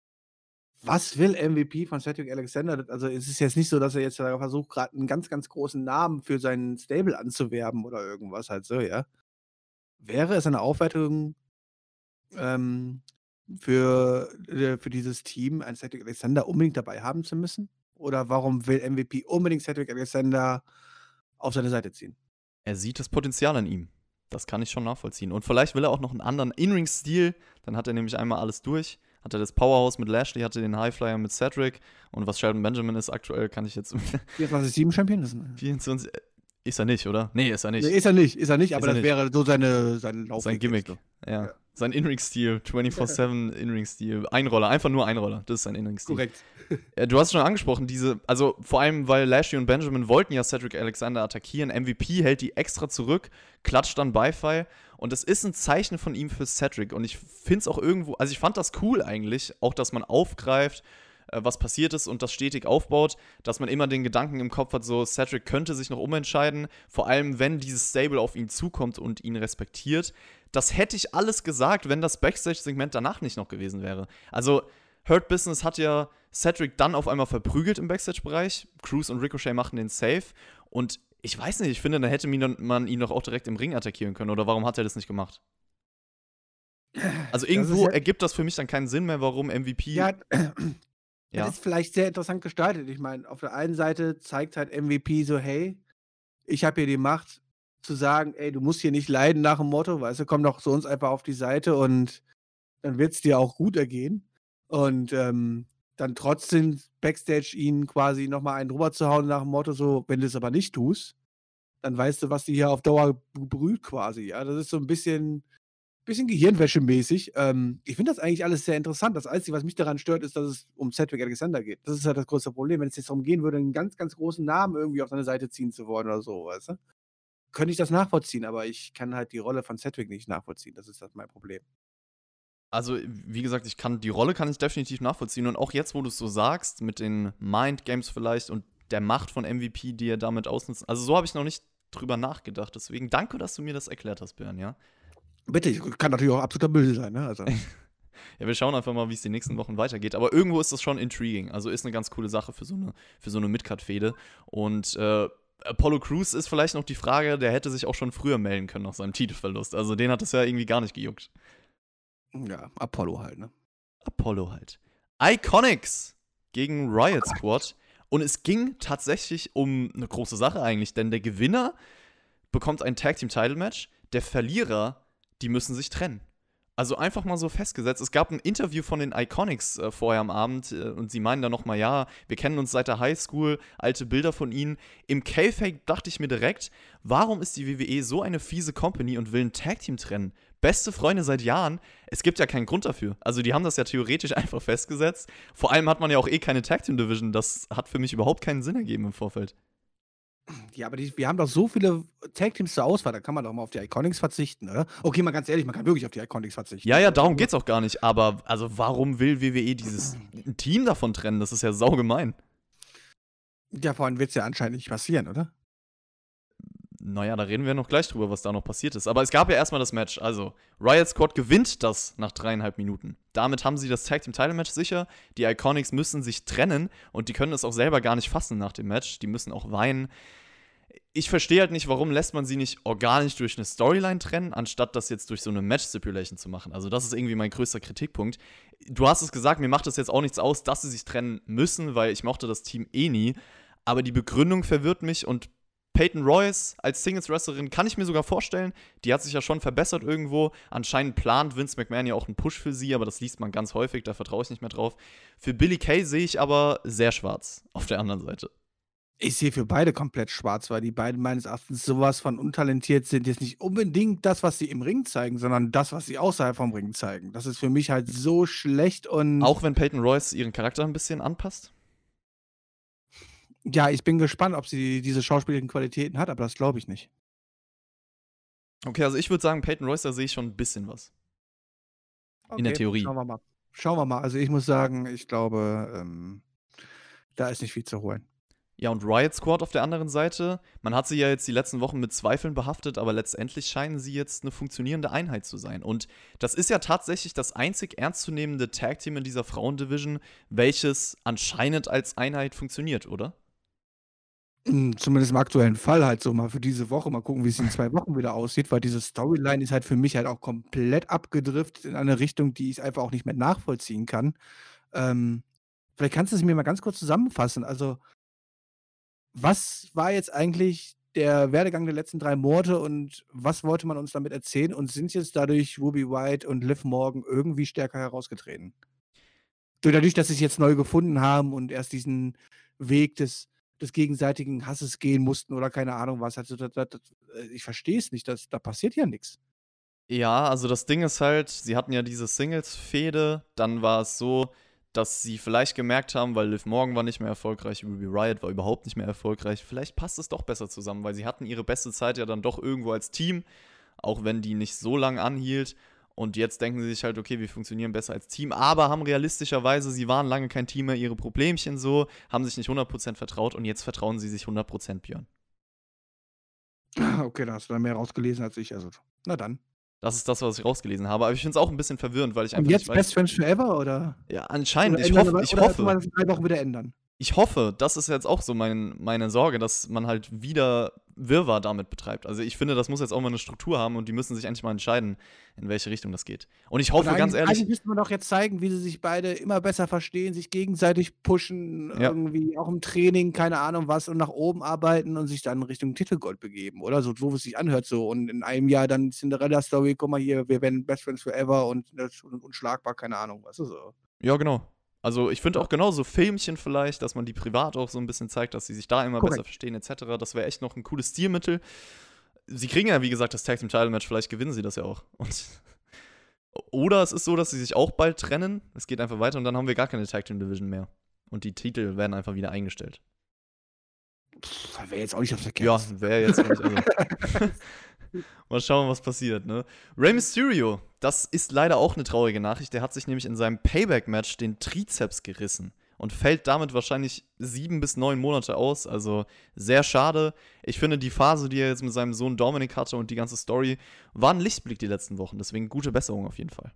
S2: was will M V P von Cedric Alexander? Also, es ist jetzt nicht so, dass er jetzt da versucht, gerade einen ganz, ganz großen Namen für sein Stable anzuwerben oder irgendwas halt so, ja? Wäre es eine Aufwertung, ähm für, äh, für dieses Team einen Cedric Alexander unbedingt dabei haben zu müssen? Oder warum will M V P unbedingt Cedric Alexander auf seine Seite ziehen?
S1: Er sieht das Potenzial in ihm. Das kann ich schon nachvollziehen. Und vielleicht will er auch noch einen anderen In-Ring-Stil. Dann hat er nämlich einmal alles durch. Hat er das Powerhouse mit Lashley, hatte den Highflyer mit Cedric. Und was Shelton Benjamin ist aktuell, kann ich jetzt.
S2: vierundzwanzig sieben Champion ist, ne?
S1: vierundzwanzig. Ist er nicht, oder? Nee, ist er nicht.
S2: Nee, ist er nicht, ist er nicht, aber
S1: er
S2: das
S1: nicht.
S2: wäre so seine, sein Lauf.
S1: Sein Gimmick.
S2: So.
S1: Ja.
S2: Ja.
S1: Sein In-Ring-Stil. vierundzwanzig sieben In-Ring-Stil. Einroller. Einfach nur Einroller. Das ist sein In-Ring-Stil.
S2: Korrekt.
S1: Ja, du hast es schon angesprochen, diese, also vor allem, weil Lashley und Benjamin wollten ja Cedric Alexander attackieren. M V P hält die extra zurück, klatscht dann Beifall. Und das ist ein Zeichen von ihm für Cedric. Und ich finde es auch irgendwo, also ich fand das cool eigentlich, auch dass man aufgreift, äh, was passiert ist und das stetig aufbaut, dass man immer den Gedanken im Kopf hat, so Cedric könnte sich noch umentscheiden, vor allem wenn dieses Stable auf ihn zukommt und ihn respektiert. Das hätte ich alles gesagt, wenn das Backstage-Segment danach nicht noch gewesen wäre. Also Hurt Business hat ja Cedric dann auf einmal verprügelt im Backstage-Bereich. Cruz und Ricochet machten den Safe. Und ich weiß nicht, ich finde, da hätte man ihn doch auch direkt im Ring attackieren können. Oder warum hat er das nicht gemacht? Also irgendwo das ergibt das für mich dann keinen Sinn mehr, warum M V P.
S2: Ja,
S1: ja.
S2: Das ist vielleicht sehr interessant gestaltet. Ich meine, auf der einen Seite zeigt halt M V P so, hey, ich habe hier die Macht zu sagen, ey, du musst hier nicht leiden nach dem Motto, weißt du, komm doch zu uns einfach auf die Seite und dann wird es dir auch gut ergehen. Und ähm, dann trotzdem Backstage ihn quasi nochmal einen drüber zu hauen nach dem Motto, so, wenn du es aber nicht tust, dann weißt du, was dir hier auf Dauer brüht quasi. Ja, das ist so ein bisschen, bisschen Gehirnwäsche-mäßig. Ähm, ich finde das eigentlich alles sehr interessant. Das Einzige, was mich daran stört, ist, dass es um Cedric Alexander geht. Das ist halt das größte Problem. Wenn es jetzt darum gehen würde, einen ganz, ganz großen Namen irgendwie auf seine Seite ziehen zu wollen oder so, weißt du? Könnte ich das nachvollziehen, aber ich kann halt die Rolle von Cedric nicht nachvollziehen. Das ist halt mein Problem.
S1: Also, wie gesagt, ich kann die Rolle kann ich definitiv nachvollziehen. Und auch jetzt, wo du es so sagst, mit den Mind-Games vielleicht und der Macht von M V P, die er damit ausnutzt. Also, so habe ich noch nicht drüber nachgedacht. Deswegen danke, dass du mir das erklärt hast, Björn, ja?
S2: Bitte, ich kann natürlich auch absoluter Müll sein, ne? Also.
S1: Ja, wir schauen einfach mal, wie es die nächsten Wochen weitergeht. Aber irgendwo ist das schon intriguing. Also, ist eine ganz coole Sache für so eine, für so eine Midcard-Fehde. Und, äh, Apollo Crews ist vielleicht noch die Frage, der hätte sich auch schon früher melden können nach seinem Titelverlust. Also, den hat es ja irgendwie gar nicht gejuckt.
S2: Ja, Apollo halt, ne?
S1: Apollo halt. Iconics gegen Riot Squad. Und es ging tatsächlich um eine große Sache eigentlich, denn der Gewinner bekommt ein Tag-Team-Title-Match, der Verlierer, die müssen sich trennen. Also einfach mal so festgesetzt. Es gab ein Interview von den Iconics äh, vorher am Abend äh, und sie meinen dann nochmal, ja, wir kennen uns seit der Highschool, alte Bilder von ihnen. Im K-Fake dachte ich mir direkt, warum ist die W W E so eine fiese Company und will ein Tag-Team trennen? Beste Freunde seit Jahren, es gibt ja keinen Grund dafür. Also die haben das ja theoretisch einfach festgesetzt. Vor allem hat man ja auch eh keine Tag-Team-Division, das hat für mich überhaupt keinen Sinn ergeben im Vorfeld.
S2: Ja, aber die, wir haben doch so viele Tag-Teams zur Auswahl, da kann man doch mal auf die Iconics verzichten, oder? Okay, mal ganz ehrlich, man kann wirklich auf die Iconics verzichten.
S1: Ja, ja, darum geht's auch gar nicht. Aber also warum will W W E dieses Team davon trennen? Das ist ja saugemein.
S2: Ja, vor allem wird's ja anscheinend nicht passieren, oder?
S1: Naja, da reden wir noch gleich drüber, was da noch passiert ist. Aber es gab ja erstmal das Match. Also, Riot Squad gewinnt das nach dreieinhalb Minuten. Damit haben sie das Tag Team Title Match sicher. Die Iconics müssen sich trennen und die können es auch selber gar nicht fassen nach dem Match. Die müssen auch weinen. Ich verstehe halt nicht, warum lässt man sie nicht organisch durch eine Storyline trennen, anstatt das jetzt durch so eine Match-Stipulation zu machen. Also das ist irgendwie mein größter Kritikpunkt. Du hast es gesagt, mir macht es jetzt auch nichts aus, dass sie sich trennen müssen, weil ich mochte das Team eh nie. Aber die Begründung verwirrt mich und Peyton Royce als Singles-Wrestlerin kann ich mir sogar vorstellen. Die hat sich ja schon verbessert irgendwo. Anscheinend plant Vince McMahon ja auch einen Push für sie, aber das liest man ganz häufig, da vertraue ich nicht mehr drauf. Für Billie Kay sehe ich aber sehr schwarz auf der anderen Seite.
S2: Ich sehe für beide komplett schwarz, weil die beiden meines Erachtens sowas von untalentiert sind. Jetzt nicht unbedingt das, was sie im Ring zeigen, sondern das, was sie außerhalb vom Ring zeigen. Das ist für mich halt so schlecht und.
S1: Auch wenn Peyton Royce ihren Charakter ein bisschen anpasst?
S2: Ja, ich bin gespannt, ob sie diese schauspielerischen Qualitäten hat, aber das glaube ich nicht.
S1: Okay, also ich würde sagen, Peyton Royce, da sehe ich schon ein bisschen was.
S2: Okay,
S1: in der Theorie.
S2: Schauen wir mal. Schauen wir mal. Also ich muss sagen, ich glaube, ähm, da ist nicht viel zu holen.
S1: Ja, und Riot Squad auf der anderen Seite, man hat sie ja jetzt die letzten Wochen mit Zweifeln behaftet, aber letztendlich scheinen sie jetzt eine funktionierende Einheit zu sein. Und das ist ja tatsächlich das einzig ernstzunehmende Tag-Team in dieser Frauendivision, welches anscheinend als Einheit funktioniert, oder?
S2: Hm, zumindest im aktuellen Fall halt so mal für diese Woche. Mal gucken, wie es in zwei Wochen wieder aussieht, weil diese Storyline ist halt für mich halt auch komplett abgedriftet in eine Richtung, die ich einfach auch nicht mehr nachvollziehen kann. Ähm, Vielleicht kannst du es mir mal ganz kurz zusammenfassen. Also, was war jetzt eigentlich der Werdegang der letzten drei Monate und was wollte man uns damit erzählen und sind jetzt dadurch Ruby White und Liv Morgan irgendwie stärker herausgetreten? So dadurch, dass sie sich jetzt neu gefunden haben und erst diesen Weg des des gegenseitigen Hasses gehen mussten oder keine Ahnung was. Also, da da das äh, ich verstehe es nicht, das da passiert ja nix.
S1: Ja, also das Ding ist halt, sie hatten ja diese Singles-Fehde, dann war es so, dass sie vielleicht gemerkt haben, weil Liv Morgan war nicht mehr erfolgreich, Ruby Riott war überhaupt nicht mehr erfolgreich, vielleicht passt es doch besser zusammen, weil sie hatten ihre beste Zeit ja dann doch irgendwo als Team, auch wenn die nicht so lang anhielt. Und jetzt denken sie sich halt, okay, wir funktionieren besser als Team, aber haben realistischerweise, sie waren lange kein Team mehr, ihre Problemchen so, haben sich nicht hundert Prozent vertraut und jetzt vertrauen sie sich hundert Prozent, Björn.
S2: Okay, da hast du dann mehr rausgelesen als ich, also na dann.
S1: Das ist das, was ich rausgelesen habe. Aber ich finde es auch ein bisschen verwirrend, weil ich
S2: Und
S1: einfach nicht
S2: jetzt
S1: weiß.
S2: Best Friends Forever oder
S1: Ja,
S2: oder
S1: anscheinend. Ich
S2: ändern
S1: hoffe,
S2: wir
S1: ich
S2: oder erst mal
S1: hoffe.
S2: das in drei Wochen wieder ändern?
S1: Ich hoffe, das ist jetzt auch so mein, meine Sorge, dass man halt wieder Wirrwarr damit betreibt. Also ich finde, das muss jetzt auch mal eine Struktur haben und die müssen sich endlich mal entscheiden, in welche Richtung das geht. Und ich
S2: Und
S1: hoffe, ganz
S2: eigentlich
S1: ehrlich,
S2: eigentlich müsste man doch jetzt zeigen, wie sie sich beide immer besser verstehen, sich gegenseitig pushen,
S1: ja,
S2: irgendwie auch im Training, keine Ahnung was und nach oben arbeiten und sich dann Richtung Titelgold begeben, oder? So so wie es sich anhört so und in einem Jahr dann Cinderella-Story: „Guck mal hier, wir werden Best Friends Forever und das und unschlagbar“, keine Ahnung, weißt du so?
S1: ja, genau. Also ich finde
S2: Ja,
S1: auch genau so Filmchen vielleicht, dass man die privat auch so ein bisschen zeigt, dass sie sich da immer besser
S2: korrekt.
S1: verstehen, et cetera. Das wäre echt noch ein cooles Stilmittel. Sie kriegen ja, wie gesagt, das Tag Team Title Match, vielleicht gewinnen sie das ja auch. Und oder es ist so, dass sie sich auch bald trennen. Es geht einfach weiter und dann haben wir gar keine Tag Team Division mehr. Und die Titel werden einfach wieder eingestellt.
S2: Wäre jetzt auch nicht das
S1: Ja,
S2: Verkehrteste.
S1: wäre jetzt auch nicht. Also. Mal schauen, was passiert, ne? Rey Mysterio, das ist leider auch eine traurige Nachricht. Der hat sich nämlich in seinem Payback-Match den Trizeps gerissen und fällt damit wahrscheinlich sieben bis neun Monate aus. Also sehr schade. Ich finde, die Phase, die er jetzt mit seinem Sohn Dominic hatte und die ganze Story, war ein Lichtblick die letzten Wochen. Deswegen gute Besserung auf jeden Fall.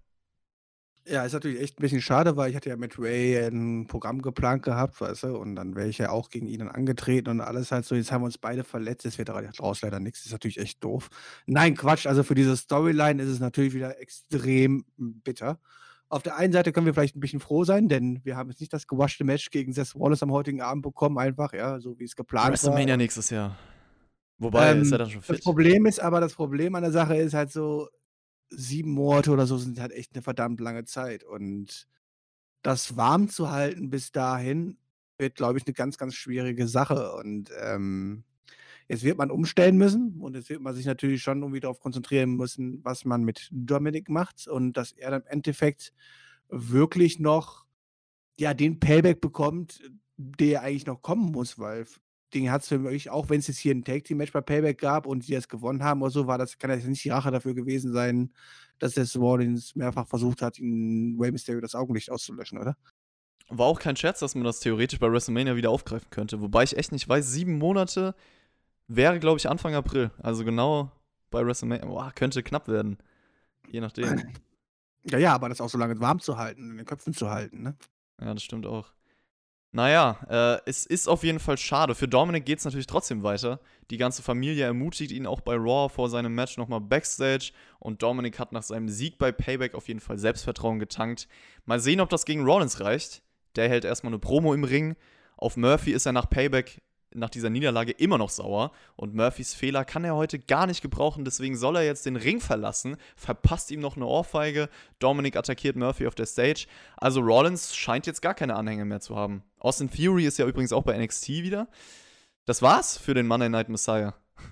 S2: Ja, ist natürlich echt 'n bisschen schade, weil ich hatte ja mit Ray 'n Programm geplant gehabt, weißt du? Und dann wäre ich ja auch gegen ihn dann angetreten und alles halt so. Jetzt haben wir uns beide verletzt, jetzt wird daraus leider nix. Ist natürlich echt doof. Nein, Quatsch, also für diese Storyline ist es natürlich wieder extrem bitter. Auf der einen Seite können wir vielleicht 'n bisschen froh sein, denn wir haben jetzt nicht das gewaschte Match gegen Seth Rollins am heutigen Abend bekommen einfach, ja, so wie es geplant war
S1: WrestleMania
S2: und
S1: nächstes Jahr. Wobei, ist er
S2: ähm,
S1: dann schon
S2: das
S1: fit?
S2: Problem ist aber das Problem an der Sache ist halt so, sieben Monate oder so sind halt echt 'ne verdammt lange Zeit und das warm zu halten bis dahin wird, glaube ich, 'ne ganz, ganz schwierige Sache und, ähm, jetzt wird man umstellen müssen und jetzt wird man sich natürlich schon irgendwie darauf konzentrieren müssen, was man mit Dominik macht und dass er dann im Endeffekt wirklich noch, ja, den Payback bekommt, der eigentlich noch kommen muss, weil f den hat's für mich auch wenn's jetzt hier 'n Tag-Team-Match bei Payback gab und die das gewonnen haben oder so, war das kann das nicht die Rache dafür gewesen sein, dass Seth Rollins mehrfach versucht hat, ihn Rey Mysterio das Augenlicht auszulöschen, oder?
S1: War auch kein Scherz, dass man das theoretisch bei WrestleMania wieder aufgreifen könnte. Wobei ich echt nicht weiß, sieben Monate wäre, glaube ich, Anfang April. Also genau bei WrestleMania. Boah, könnte knapp werden. Je nachdem.
S2: Ja, ja, aber das auch so lange warm zu halten, in den Köpfen zu halten, ne?
S1: Ja, das stimmt auch. Naja, äh, es ist auf jeden Fall schade. Für Dominic geht es natürlich trotzdem weiter. Die ganze Familie ermutigt ihn auch bei Raw vor seinem Match nochmal Backstage. Und Dominic hat nach seinem Sieg bei Payback auf jeden Fall Selbstvertrauen getankt. Mal sehen, ob das gegen Rollins reicht. Der hält erstmal eine Promo im Ring. Auf Murphy ist er nach Payback, nach dieser Niederlage, immer noch sauer. Und Murphys Fehler kann er heute gar nicht gebrauchen. Deswegen soll er jetzt den Ring verlassen. Verpasst ihm noch eine Ohrfeige. Dominic attackiert Murphy auf der Stage. Also Rollins scheint jetzt gar keine Anhänger mehr zu haben. Austin Theory ist ja übrigens auch bei N X T wieder. Das war's für den Monday Night Messiah.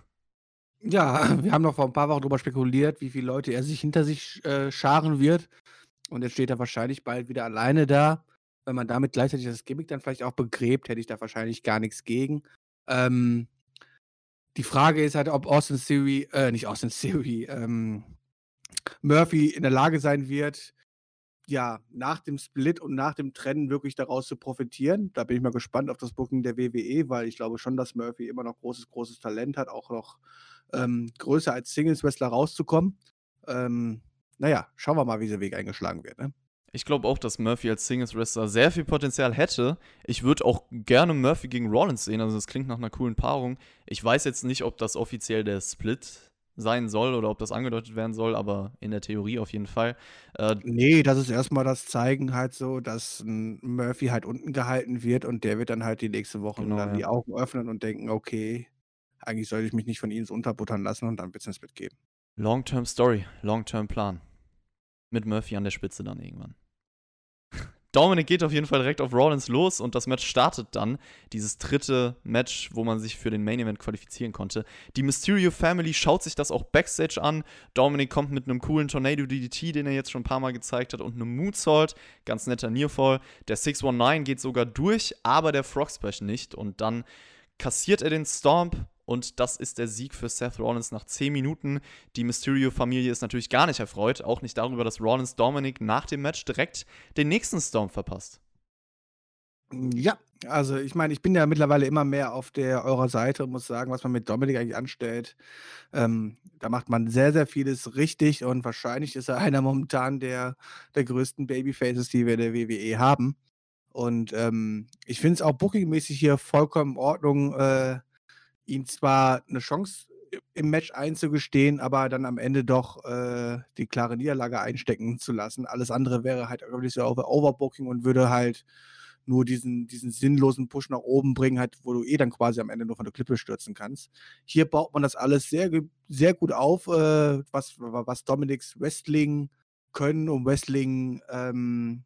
S2: Ja, wir haben noch vor 'n paar Wochen drüber spekuliert, wie viele Leute er sich hinter sich, äh, scharen wird. Und jetzt steht er wahrscheinlich bald wieder alleine da. Wenn man damit gleichzeitig das Gimmick dann vielleicht auch begräbt, hätte ich da wahrscheinlich gar nix gegen. Ähm, die Frage ist halt, ob Austin Theory äh, nicht Austin Theory, ähm, Murphy in der Lage sein wird, ja, nach dem Split und nach dem Trennen wirklich daraus zu profitieren. Da bin ich mal gespannt auf das Booking der W W E, weil ich glaube schon, dass Murphy immer noch großes, großes Talent hat, auch noch, ähm, größer als Singles-Wrestler rauszukommen. Ähm, na ja, schauen wir mal, wie dieser Weg eingeschlagen wird, ne?
S1: Ich glaube auch, dass Murphy als Singles-Wrestler sehr viel Potenzial hätte. Ich würde auch gerne Murphy gegen Rollins sehen, also das klingt nach einer coolen Paarung. Ich weiß jetzt nicht, ob das offiziell der Split sein soll oder ob das angedeutet werden soll, aber in der Theorie auf jeden Fall. Äh,
S2: Nee, das ist erst mal das Zeigen halt so, dass 'n Murphy halt unten gehalten wird und der wird dann halt die nächsten Wochen
S1: genau,
S2: dann
S1: ja.
S2: die Augen öffnen und denken: „Okay, eigentlich sollte ich mich nicht von ihnen so unterbuttern lassen“, und dann wird's 'n Split geben.
S1: Long-Term Story, Long-Term Plan. Mit Murphy an der Spitze dann irgendwann. Dominic geht auf jeden Fall direkt auf Rollins los und das Match startet dann. Dieses dritte Match, wo man sich für den Main Event qualifizieren konnte. Die Mysterio Family schaut sich das auch Backstage an. Dominic kommt mit einem coolen Tornado D D T, den er jetzt schon ein paar Mal gezeigt hat, und einem Moonsault. Ganz netter Nearfall. Der six one nine geht sogar durch, aber der Frog Splash nicht. Und dann kassiert er den Stomp. Und das ist der Sieg für Seth Rollins nach zehn Minuten. Die Mysterio-Familie ist natürlich gar nicht erfreut. Auch nicht darüber, dass Rollins Dominic nach dem Match direkt den nächsten Storm verpasst.
S2: Ja, also ich meine, ich bin ja mittlerweile immer mehr auf der eurer Seite und muss sagen, was man mit Dominic eigentlich anstellt, ähm, da macht man sehr, sehr vieles richtig und wahrscheinlich ist er einer momentan der der größten Babyfaces, die wir in der W W E haben. Und, ähm, ich finde es auch bookingmäßig hier vollkommen in Ordnung, äh, ihm zwar 'ne Chance i im Match einzugestehen, aber dann am Ende doch, äh, die klare Niederlage einstecken zu lassen. Alles andere wäre halt wirklich so Over Overbooking und würde halt nur diesen diesen sinnlosen Push nach oben bringen, halt, wo du eh dann quasi am Ende nur von der Klippe stürzen kannst. Hier baut man das alles sehr ge sehr gut auf, äh, was wa was Dominics Wrestling-Können und Wrestling, ähm,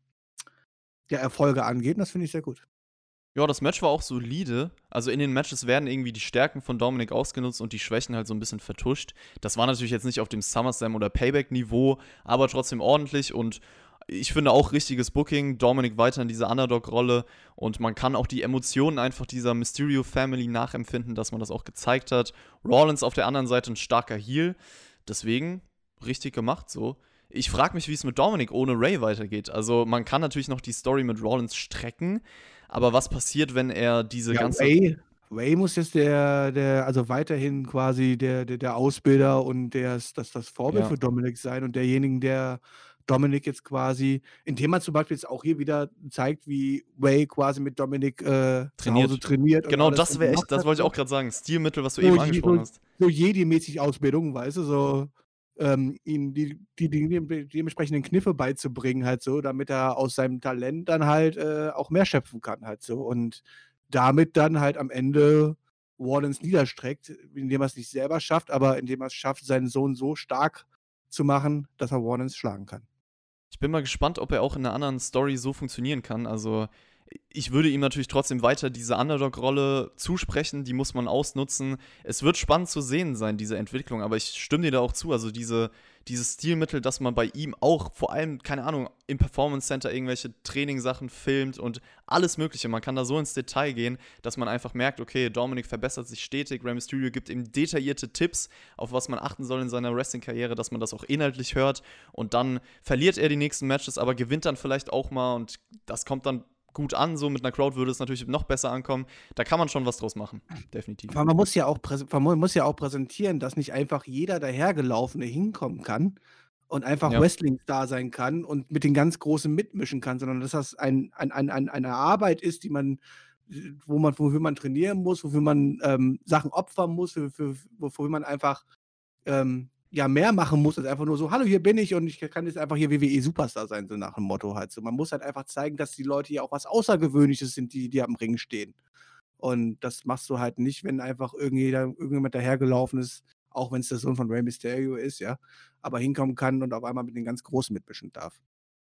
S2: ja, Erfolge angeht, und das finde ich sehr gut.
S1: Ja, das Match war auch solide. Also in den Matches werden irgendwie die Stärken von Dominic ausgenutzt und die Schwächen halt so ein bisschen vertuscht. Das war natürlich jetzt nicht auf dem SummerSlam oder Payback-Niveau, aber trotzdem ordentlich und ich finde auch richtiges Booking. Dominic weiter in dieser Underdog-Rolle und man kann auch die Emotionen einfach dieser Mysterio-Family nachempfinden, dass man das auch gezeigt hat. Rollins auf der anderen Seite ein starker Heel. Deswegen richtig gemacht so. Ich frage mich, wie es mit Dominic ohne Ray weitergeht. Also man kann natürlich noch die Story mit Rollins strecken, aber was passiert, wenn er diese
S2: Ja,
S1: ganze
S2: Ray Ray muss jetzt der der also weiterhin quasi der der der Ausbilder und der das das Vorbild
S1: Ja.
S2: für Dominic sein und derjenigen, der Dominic jetzt quasi indem man zum Beispiel jetzt auch hier wieder zeigt, wie Ray quasi mit Dominic, äh, zu Hause
S1: Trainiert.
S2: trainiert und
S1: Genau,
S2: alles
S1: das
S2: schon
S1: wäre
S2: gemacht
S1: echt, das
S2: hat,
S1: wollte ich
S2: so.
S1: auch gerade sagen. Stilmittel, was du
S2: So
S1: eben
S2: je
S1: angesprochen
S2: so
S1: hast.
S2: so Jedi-mäßig Ausbildung, weißt du, so, ähm, ihm die die die dem dementsprechenden Kniffe beizubringen halt so, damit er aus seinem Talent dann halt, äh, auch mehr schöpfen kann halt so und damit dann halt am Ende Rollins niederstreckt, indem er's nicht selber schafft, aber indem er's schafft, seinen Sohn so stark zu machen, dass er Rollins schlagen kann.
S1: Ich bin mal gespannt, ob er auch in einer anderen Story so funktionieren kann. Also, ich würde ihm natürlich trotzdem weiter diese Underdog-Rolle zusprechen, die muss man ausnutzen. Es wird spannend zu sehen sein, diese Entwicklung, aber ich stimme dir da auch zu. Also, diese dieses Stilmittel, dass man bei ihm auch vor allem, keine Ahnung, im Performance Center irgendwelche Trainingssachen filmt und alles Mögliche. Man kann da so ins Detail gehen, dass man einfach merkt, okay, Dominic verbessert sich stetig, Rey Mysterio gibt ihm detaillierte Tipps, auf was man achten soll in seiner Wrestling-Karriere, dass man das auch inhaltlich hört und dann verliert er die nächsten Matches, aber gewinnt dann vielleicht auch mal und das kommt dann gut an, so mit einer Crowd würde es natürlich noch besser ankommen. Da kann man schon was draus machen, definitiv.
S2: Aber man muss ja auch präse man muss ja auch präsentieren, dass nicht einfach jeder Dahergelaufene hinkommen kann und einfach
S1: Ja.
S2: Wrestling-Star sein kann und mit den ganz Großen mitmischen kann, sondern dass das ein ein ein ein eine Arbeit ist, die man äh, wo man wofür man trainieren muss, wofür man, ähm, Sachen opfern muss, für für wofür man einfach, ähm, ja, mehr machen muss als einfach nur so: „Hallo, hier bin ich und ich kann jetzt einfach hier W W E-Superstar sein“, so nach dem Motto halt so. Man muss halt einfach zeigen, dass die Leute hier auch was Außergewöhnliches sind, die die am Ring stehen. Und das machst du halt nicht, wenn einfach irgendjeder irgendjemand dahergelaufen ist, auch wenn's der Sohn von Rey Mysterio ist, ja, aber hinkommen kann und auf einmal mit den ganz Großen mitmischen darf.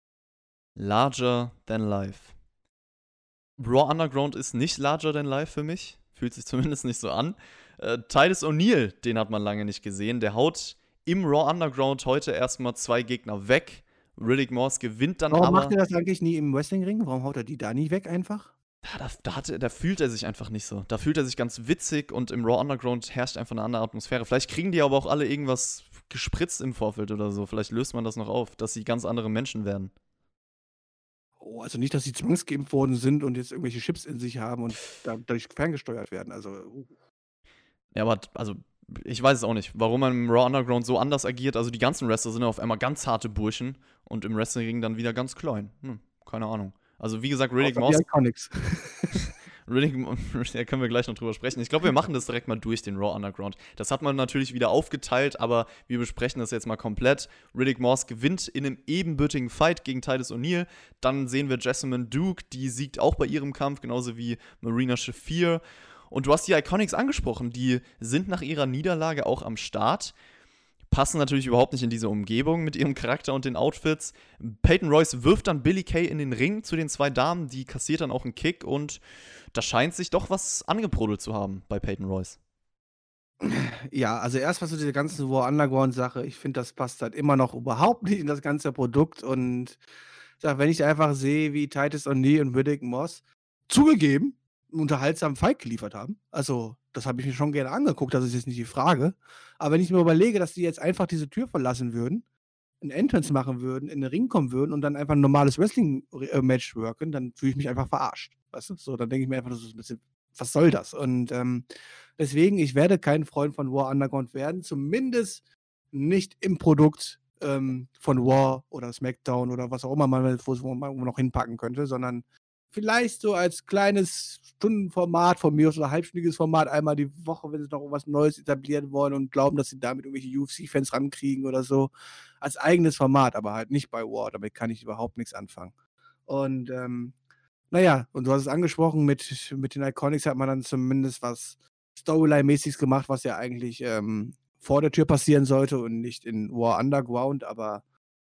S1: Larger than life. Raw Underground ist nicht larger than life für mich. Fühlt sich zumindest nicht so an. Äh, Titus O'Neil, den hat man lange nicht gesehen. Der haut im Raw Underground heute erstmal zwei Gegner weg. Riddick Moss gewinnt dann
S2: Warum
S1: aber.
S2: macht er das eigentlich nie im Wrestlingring? Warum haut er die da nie weg einfach?
S1: Ja, da, da, hat, er- da fühlt er sich einfach nicht so. Da fühlt er sich ganz witzig und im Raw Underground herrscht einfach eine andere Atmosphäre. Vielleicht kriegen die aber auch alle irgendwas gespritzt im Vorfeld oder so. Vielleicht löst man das noch auf, dass sie ganz andere Menschen werden.
S2: Oh, also nicht, dass sie zwangsgeimpft worden sind und jetzt irgendwelche Chips in sich haben und da dadurch ferngesteuert werden. Also, uh.
S1: Ja, aber also ich weiß es auch nicht, warum man im Raw Underground so anders agiert. Also die ganzen Wrestler sind ja auf einmal ganz harte Burschen und im Wrestling dann wieder ganz klein. Hm, keine Ahnung. Also wie gesagt, Riddick Moss. Riddick, da können wir gleich noch drüber sprechen. Ich glaube, wir machen das direkt mal durch, den Raw Underground. Das hat man natürlich wieder aufgeteilt, aber wir besprechen das jetzt mal komplett. Riddick Moss gewinnt in einem ebenbürtigen Fight gegen Titus O'Neil. Dann sehen wir Jessamine Duke, die siegt auch bei ihrem Kampf, genauso wie Marina Shafir. Und du hast die Iconics angesprochen, die sind nach ihrer Niederlage auch am Start. Passen natürlich überhaupt nicht in diese Umgebung mit ihrem Charakter und den Outfits. Peyton Royce wirft dann Billie Kay in den Ring zu den zwei Damen, die kassiert dann auch einen Kick und da scheint sich doch was angebrodelt zu haben bei Peyton Royce.
S2: Ja, also erst was zu dieser ganzen War Underground-Sache, ich finde, das passt halt immer noch überhaupt nicht in das ganze Produkt und sag, wenn ich einfach sehe, wie Titus O'Neil und Riddick Moss zugegeben einen unterhaltsamen Fight geliefert haben, also das habe ich mir schon gerne angeguckt, das ist jetzt nicht die Frage. Aber wenn ich mir überlege, dass die jetzt einfach diese Tür verlassen würden, ein Entrance machen würden, in den Ring kommen würden und dann einfach ein normales Wrestling-Match worken, dann fühle ich mich einfach verarscht. Weißt du? So, dann denke ich mir einfach, das ist ein bisschen, was soll das? Und ähm, deswegen, ich werde kein Freund von War Underground werden, zumindest nicht im Produkt ähm, von War oder SmackDown oder was auch immer man wo man noch hinpacken könnte, sondern vielleicht so als kleines Stundenformat von mir aus oder halbstündiges Format einmal die Woche, wenn sie noch was Neues etablieren wollen und glauben, dass sie damit irgendwelche U F C-Fans rankriegen oder so. Als eigenes Format, aber halt nicht bei War. Damit kann ich überhaupt nichts anfangen. Und ähm, naja, und du hast es angesprochen, mit, mit den Iconics hat man dann zumindest was Storyline-mäßiges gemacht, was ja eigentlich ähm, vor der Tür passieren sollte und nicht in War Underground, aber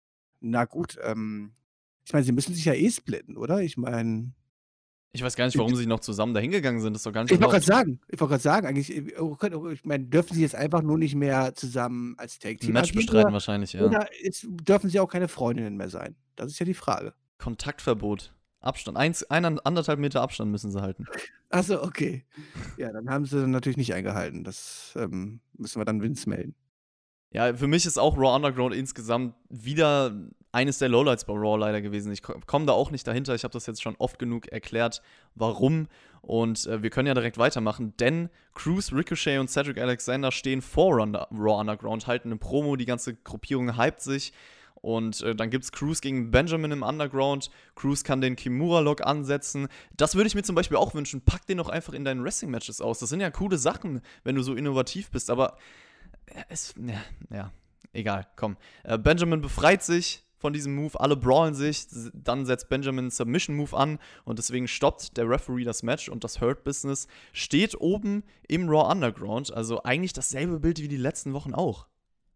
S2: na gut, ähm, ich meine, sie müssen sich ja eh splitten, oder? Ich meine.
S1: Ich weiß gar nicht, warum sie noch zusammen dahin gegangen sind. Das ist doch gar nicht
S2: Ich wollte gerade sagen, ich wollte gerade sagen, eigentlich, ich meine, dürfen sie jetzt einfach nur nicht mehr zusammen als Tag-Team
S1: ein Match bestreiten wahrscheinlich, ja.
S2: Oder jetzt dürfen sie auch keine Freundinnen mehr sein? Das ist ja die Frage.
S1: Kontaktverbot. Abstand. Eins, ein, anderthalb Meter Abstand müssen sie halten.
S2: Achso, okay. Ja, dann haben sie natürlich nicht eingehalten. Das ähm, müssen wir dann Vince melden.
S1: Ja, für mich ist auch Raw Underground insgesamt wieder eines der Lowlights bei Raw leider gewesen. Ich komme da auch nicht dahinter. Ich habe das jetzt schon oft genug erklärt, warum. Und äh, wir können ja direkt weitermachen, denn Cruz, Ricochet und Cedric Alexander stehen vor Raw Underground, halten eine Promo, die ganze Gruppierung hypt sich. Und äh, dann gibt's Cruz gegen Benjamin im Underground. Cruz kann den Kimura-Lock ansetzen. Das würde ich mir zum Beispiel auch wünschen. Pack den doch einfach in deinen Wrestling-Matches aus. Das sind ja coole Sachen, wenn du so innovativ bist. Aber äh, es, ja, ja, egal, komm. Äh, Benjamin befreit sich von diesem Move. Alle brawlen sich. Dann setzt Benjamin einen Submission-Move an. Und deswegen stoppt der Referee das Match. Und das Hurt Business steht oben im Raw Underground. Also eigentlich dasselbe Bild wie die letzten Wochen auch.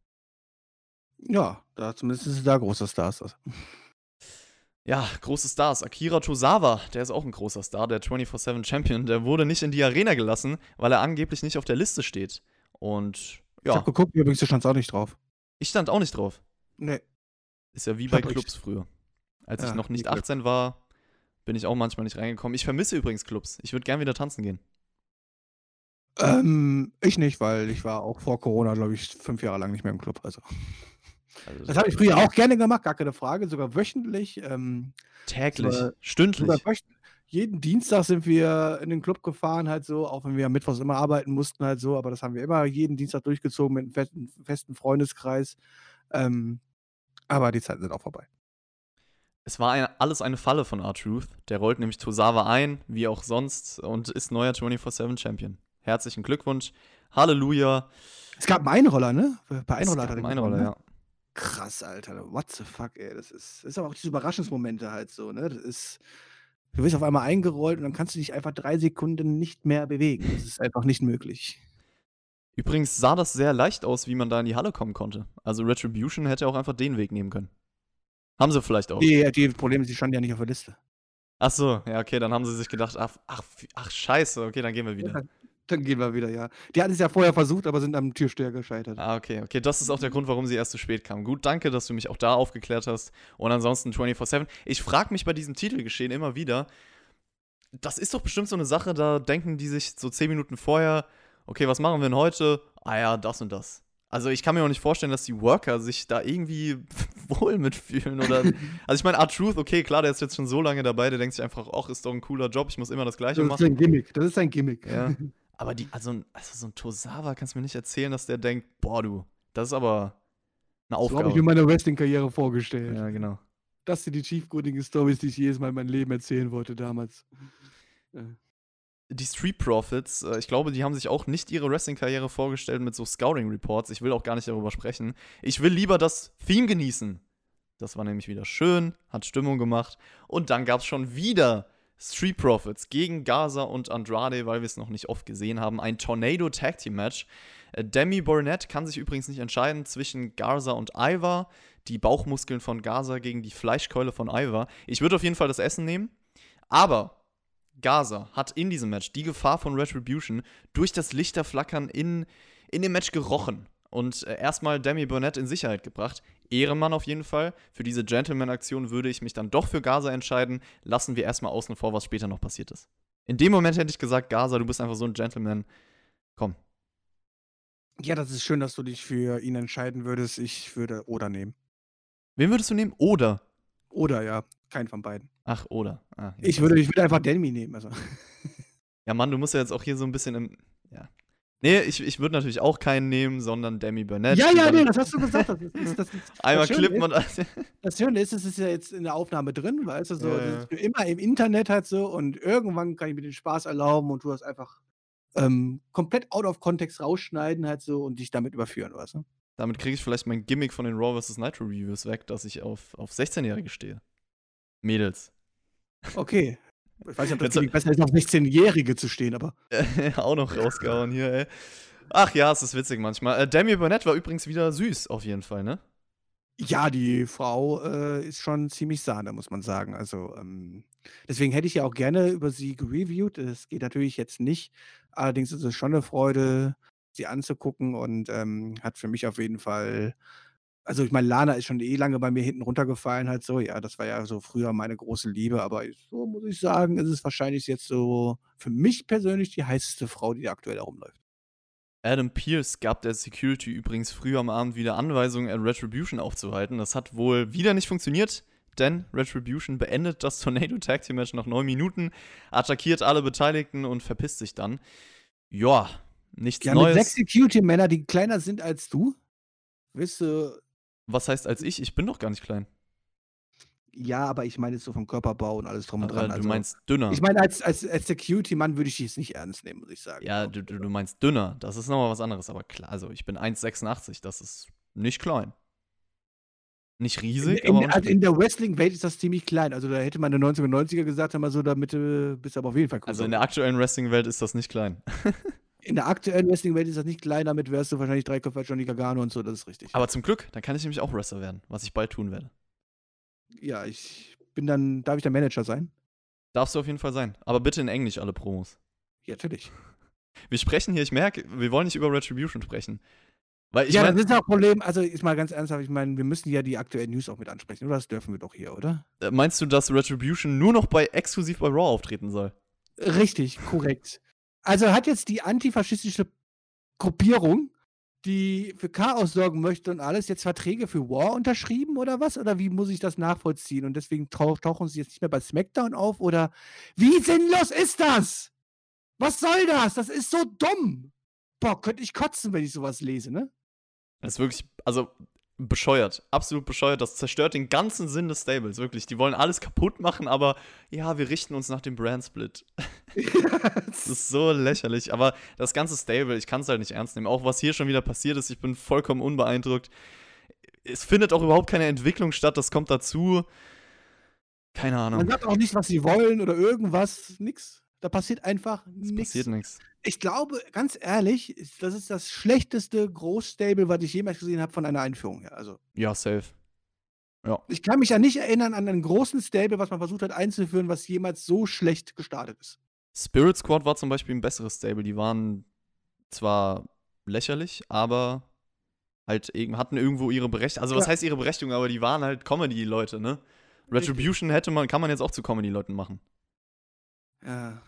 S2: Ja, da zumindest ist da große Stars.
S1: Ja, große Stars. Akira Tozawa, der ist auch ein großer Star, der vierundzwanzig sieben Champion. Der wurde nicht in die Arena gelassen, weil er angeblich nicht auf der Liste steht. Und ja.
S2: Ich hab geguckt, übrigens, da stand auch nicht drauf.
S1: Ich stand auch nicht drauf.
S2: Nee.
S1: Ist ja wie bei Clubs früher. Als ja, ich noch nicht achtzehn war, bin ich auch manchmal nicht reingekommen. Ich vermisse übrigens Clubs. Ich würde gern wieder tanzen gehen.
S2: Ähm, ich nicht, weil ich war auch vor Corona, glaube ich, fünf Jahre lang nicht mehr im Club. Also. Also das habe ich früher auch gerne gemacht, gar keine Frage, sogar wöchentlich. Ähm,
S1: Täglich, sogar, stündlich. Sogar
S2: wöchentlich. Jeden Dienstag sind wir in den Club gefahren, halt so, auch wenn wir am Mittwochs immer arbeiten mussten, halt so, aber das haben wir immer jeden Dienstag durchgezogen mit einem festen, festen Freundeskreis. Ähm, aber die Zeiten sind auch vorbei.
S1: Es war eine, alles eine Falle von R-Truth. Der rollt nämlich Tozawa ein, wie auch sonst, und ist neuer vierundzwanzig sieben Champion. Herzlichen Glückwunsch. Halleluja.
S2: Es gab einen Einroller, ne? Bei Einroller
S1: es gab einen Einroller, ne? Ja.
S2: Krass, Alter. What the fuck, ey. Das ist, das ist aber auch diese Überraschungsmomente halt so, ne? Das ist, du wirst auf einmal eingerollt und dann kannst du dich einfach drei Sekunden nicht mehr bewegen. Das ist einfach nicht möglich.
S1: Übrigens sah das sehr leicht aus, wie man da in die Halle kommen konnte. Also Retribution hätte auch einfach den Weg nehmen können. Haben sie vielleicht auch.
S2: Die, die Probleme, die standen ja nicht auf der Liste.
S1: Ach so, ja, okay, dann haben sie sich gedacht, ach, ach, ach scheiße, okay, dann gehen wir wieder.
S2: Ja, dann gehen wir wieder, ja. Die hatten es ja vorher versucht, aber sind am Türsteher gescheitert.
S1: Ah, okay, okay, das ist auch der Grund, warum sie erst zu spät kamen. Gut, danke, dass du mich auch da aufgeklärt hast. Und ansonsten vierundzwanzig sieben. Ich frage mich bei diesem Titelgeschehen immer wieder, das ist doch bestimmt so eine Sache, da denken die sich so zehn Minuten vorher, okay, was machen wir denn heute? Ah ja, das und das. Also ich kann mir auch nicht vorstellen, dass die Worker sich da irgendwie wohl mitfühlen oder. Also ich meine, R-Truth, okay, klar, der ist jetzt schon so lange dabei, der denkt sich einfach, ach, ist doch ein cooler Job, ich muss immer das Gleiche machen.
S2: Das ist sein Gimmick, das ist sein Gimmick.
S1: Ja. Aber die, also, also so ein Tosawa kannst du mir nicht erzählen, dass der denkt, boah, du, das ist aber eine
S2: So
S1: Aufgabe.
S2: habe ich mir meine Wrestling-Karriere vorgestellt.
S1: Ja, genau.
S2: Das sind die tiefgründigen Stories, die ich jedes Mal in meinem Leben erzählen wollte damals. Ja.
S1: Die Street Profits, äh, ich glaube, die haben sich auch nicht ihre Wrestling-Karriere vorgestellt mit so Scouting-Reports. Ich will auch gar nicht darüber sprechen. Ich will lieber das Theme genießen. Das war nämlich wieder schön, hat Stimmung gemacht. Und dann gab es schon wieder Street Profits gegen Garza und Andrade, weil wir es noch nicht oft gesehen haben. Ein Tornado Tag Team Match. Äh, Demi Burnett kann sich übrigens nicht entscheiden zwischen Garza und Ivar. Die Bauchmuskeln von Garza gegen die Fleischkeule von Ivar. Ich würde auf jeden Fall das Essen nehmen. Aber Garza hat in diesem Match die Gefahr von Retribution durch das Lichterflackern in, in dem Match gerochen und äh, erstmal Demi Burnett in Sicherheit gebracht. Ehrenmann auf jeden Fall. Für diese Gentleman-Aktion würde ich mich dann doch für Garza entscheiden. Lassen wir erstmal außen vor, was später noch passiert ist. In dem Moment hätte ich gesagt, Garza, du bist einfach so ein Gentleman. Komm.
S2: Ja, das ist schön, dass du dich für ihn entscheiden würdest. Ich würde Oda nehmen.
S1: Wen würdest du nehmen? Oder?
S2: Oder, ja. Keinen von beiden.
S1: Ach, oder. Ah,
S2: ich, würde, ich würde einfach Demi nehmen. Also.
S1: Ja, Mann, du musst ja jetzt auch hier so ein bisschen im. Ja. Nee, ich, ich würde natürlich auch keinen nehmen, sondern Demi Burnett.
S2: Ja, ja, nee, das hast du gesagt. Das ist, das ist,
S1: Einmal
S2: das
S1: klippen und.
S2: Das Schöne ist, es ist ja jetzt in der Aufnahme drin, weißt du, so.
S1: Ja,
S2: Das
S1: ja.
S2: ist für immer im Internet halt so und irgendwann kann ich mir den Spaß erlauben und du hast einfach ähm, komplett out of context rausschneiden halt so und dich damit überführen, weißt du?
S1: Damit kriege ich vielleicht mein Gimmick von den Raw versus. Nitro Reviews weg, dass ich auf, auf sechzehn-Jährige stehe. Mädels.
S2: Okay. Ich weiß nicht, ob das
S1: Jetzt-
S2: Gimmick besser ist, auf sechzehn-Jährige zu stehen, aber
S1: Auch noch rausgehauen hier, ey. Ach ja, es ist witzig manchmal. Äh, Demi Burnett war übrigens wieder süß, auf jeden Fall, ne?
S2: ja, die Frau äh, ist schon ziemlich Sahne, muss man sagen. Also, ähm, deswegen hätte ich ja auch gerne über sie gereviewt. Das geht natürlich jetzt nicht. Allerdings ist es schon eine Freude, sie anzugucken und ähm, hat für mich auf jeden Fall. Also, ich meine, Lana ist schon eh lange bei mir hinten runtergefallen, halt so. Ja, das war ja so früher meine große Liebe, aber so muss ich sagen, ist es wahrscheinlich jetzt so für mich persönlich die heißeste Frau, die aktuell herumläuft.
S1: Adam Pearce gab der Security übrigens früh am Abend wieder Anweisungen, an Retribution aufzuhalten. Das hat wohl wieder nicht funktioniert, denn Retribution beendet das Tornado Tag Team Match nach neun Minuten, attackiert alle Beteiligten und verpisst sich dann. Ja, nichts
S2: Ja, mit
S1: Neues.
S2: sechs Security-Männer, die kleiner sind als du, wirst du.
S1: Was heißt als ich? Ich bin doch gar nicht klein.
S2: Ja, aber ich meine jetzt so vom Körperbau und alles drum und
S1: Aber
S2: dran.
S1: du
S2: Also,
S1: meinst dünner.
S2: ich meine, als, als, als Security-Mann würde ich dich jetzt nicht ernst nehmen, muss ich sagen.
S1: Ja, du, du, du meinst dünner. Das ist nochmal was anderes. Aber klar, also ich bin eins Komma sechsundachtzig. Das ist nicht klein. Nicht
S2: In,
S1: riesig,
S2: in,
S1: aber auch nicht
S2: also in der Wrestling-Welt ist das ziemlich klein. Also da hätte man in den neunzehnhundertneunziger gesagt, haben wir so, damit äh, bist du aber auf jeden Fall cool.
S1: Also in der aktuellen Wrestling-Welt ist das nicht klein.
S2: In der aktuellen Wrestling-Welt ist das nicht klein, damit wärst du wahrscheinlich drei Köpfe als Johnny Gargano und so, das ist richtig.
S1: Aber zum Glück, dann kann ich nämlich auch Wrestler werden, was ich bald tun werde.
S2: Ja, ich bin dann, darf ich der Manager sein?
S1: Darfst du auf jeden Fall sein. Aber bitte in Englisch alle Promos.
S2: Ja, natürlich.
S1: Wir sprechen hier, ich merke, wir wollen nicht über Retribution sprechen. Weil ich
S2: ja,
S1: mein,
S2: das ist ja auch ein Problem, also ist mal ganz ernsthaft, ich meine, wir müssen ja die aktuellen News auch mit ansprechen, oder? Das dürfen wir doch hier, oder?
S1: äh, meinst du, dass Retribution nur noch bei exklusiv bei Raw auftreten soll?
S2: Richtig, korrekt. Also hat jetzt die antifaschistische Gruppierung, die für Chaos sorgen möchte und alles, jetzt Verträge für War unterschrieben oder was? Oder wie muss ich das nachvollziehen? Und deswegen tauch, tauchen sie jetzt nicht mehr bei SmackDown auf? Oder wie sinnlos ist das? Was soll das? Das ist so dumm. Boah, könnte ich kotzen, wenn ich sowas lese, ne?
S1: Das ist wirklich, also bescheuert, absolut bescheuert. Das zerstört den ganzen Sinn des Stables, wirklich. Die wollen alles kaputt machen, aber ja, wir richten uns nach dem Brand-Split. Das ist so lächerlich. Aber das ganze Stable, ich kann es halt nicht ernst nehmen. Auch was hier schon wieder passiert ist, ich bin vollkommen unbeeindruckt. Es findet auch überhaupt keine Entwicklung statt, das kommt dazu. Keine Ahnung.
S2: Man sagt auch nicht, was sie wollen oder irgendwas, nix. Da passiert einfach
S1: Es
S2: nichts.
S1: passiert nichts.
S2: Ich glaube, ganz ehrlich, ist- das ist das schlechteste Großstable, was ich jemals gesehen habe von einer Einführung her. Also,
S1: Ja, safe. Ja.
S2: ich kann mich ja nicht erinnern an einen großen Stable, was man versucht hat einzuführen, was jemals so schlecht gestartet ist.
S1: Spirit Squad war zum Beispiel ein besseres Stable. Die waren zwar lächerlich, aber halt eben hatten irgendwo ihre Berechtigung. Also was
S2: Ja.
S1: heißt ihre Berechtigung, aber die waren halt Comedy-Leute, ne? Retribution hätte man, kann man jetzt auch zu Comedy-Leuten machen.
S2: Ja.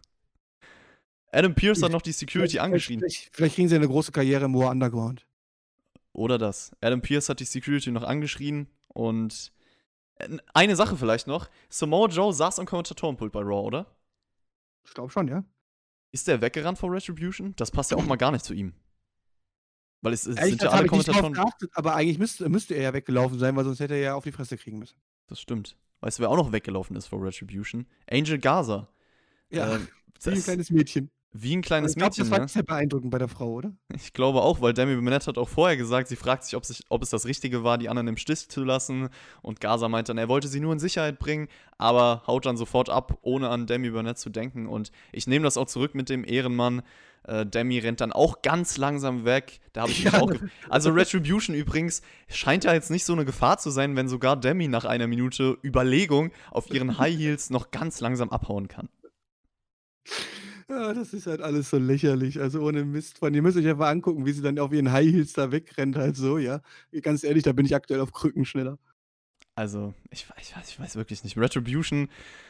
S1: Adam Pearce hat noch die Security angeschrien.
S2: Vielleicht, vielleicht kriegen sie eine große Karriere im War Underground.
S1: Oder das. Adam Pearce hat die Security noch angeschrien und äh, eine Sache vielleicht noch. Samoa Joe saß am Kommentatorenpult bei Raw, oder?
S2: Ich glaube schon, ja.
S1: Ist der weggerannt vor Retribution? Das passt ja auch mal gar nicht zu ihm. Weil es, es
S2: Ehrlich
S1: sind ja
S2: gesagt
S1: alle
S2: habe ich nicht drauf
S1: Kommentatoren.
S2: geachtet, aber eigentlich müsste, müsste er ja weggelaufen sein, weil sonst hätte er ja auf die Fresse kriegen müssen.
S1: Das stimmt. Weißt du, wer auch noch weggelaufen ist vor Retribution? Angel Garza.
S2: Ja,
S1: Ähm,
S2: wie ein
S1: das,
S2: kleines Mädchen.
S1: wie ein
S2: Und
S1: kleines
S2: ich glaube,
S1: Mädchen,
S2: das war
S1: ne?
S2: sehr beeindruckend bei der Frau, oder?
S1: Ich glaube auch, weil Demi Burnett hat auch vorher gesagt, sie fragt sich ob, sich, ob es das Richtige war, die anderen im Stich zu lassen. Und Garza meint dann, er wollte sie nur in Sicherheit bringen, aber haut dann sofort ab, ohne an Demi Burnett zu denken. Und ich nehme das auch zurück mit dem Ehrenmann. Äh, Demi rennt dann auch ganz langsam weg. Da habe ich mich
S2: Ja.
S1: auch. Ge- also Retribution übrigens scheint ja jetzt nicht so eine Gefahr zu sein, wenn sogar Demi nach einer Minute Überlegung auf ihren High Heels noch ganz langsam abhauen kann.
S2: Ja, das ist halt alles so lächerlich. Also ohne Mist. Von ihr müsst euch einfach angucken, wie sie dann auf ihren High Heels da wegrennt, halt so, ja. Ganz ehrlich, da bin ich aktuell auf Krücken schneller.
S1: Also, ich, ich, weiß, ich weiß wirklich nicht. Retribution,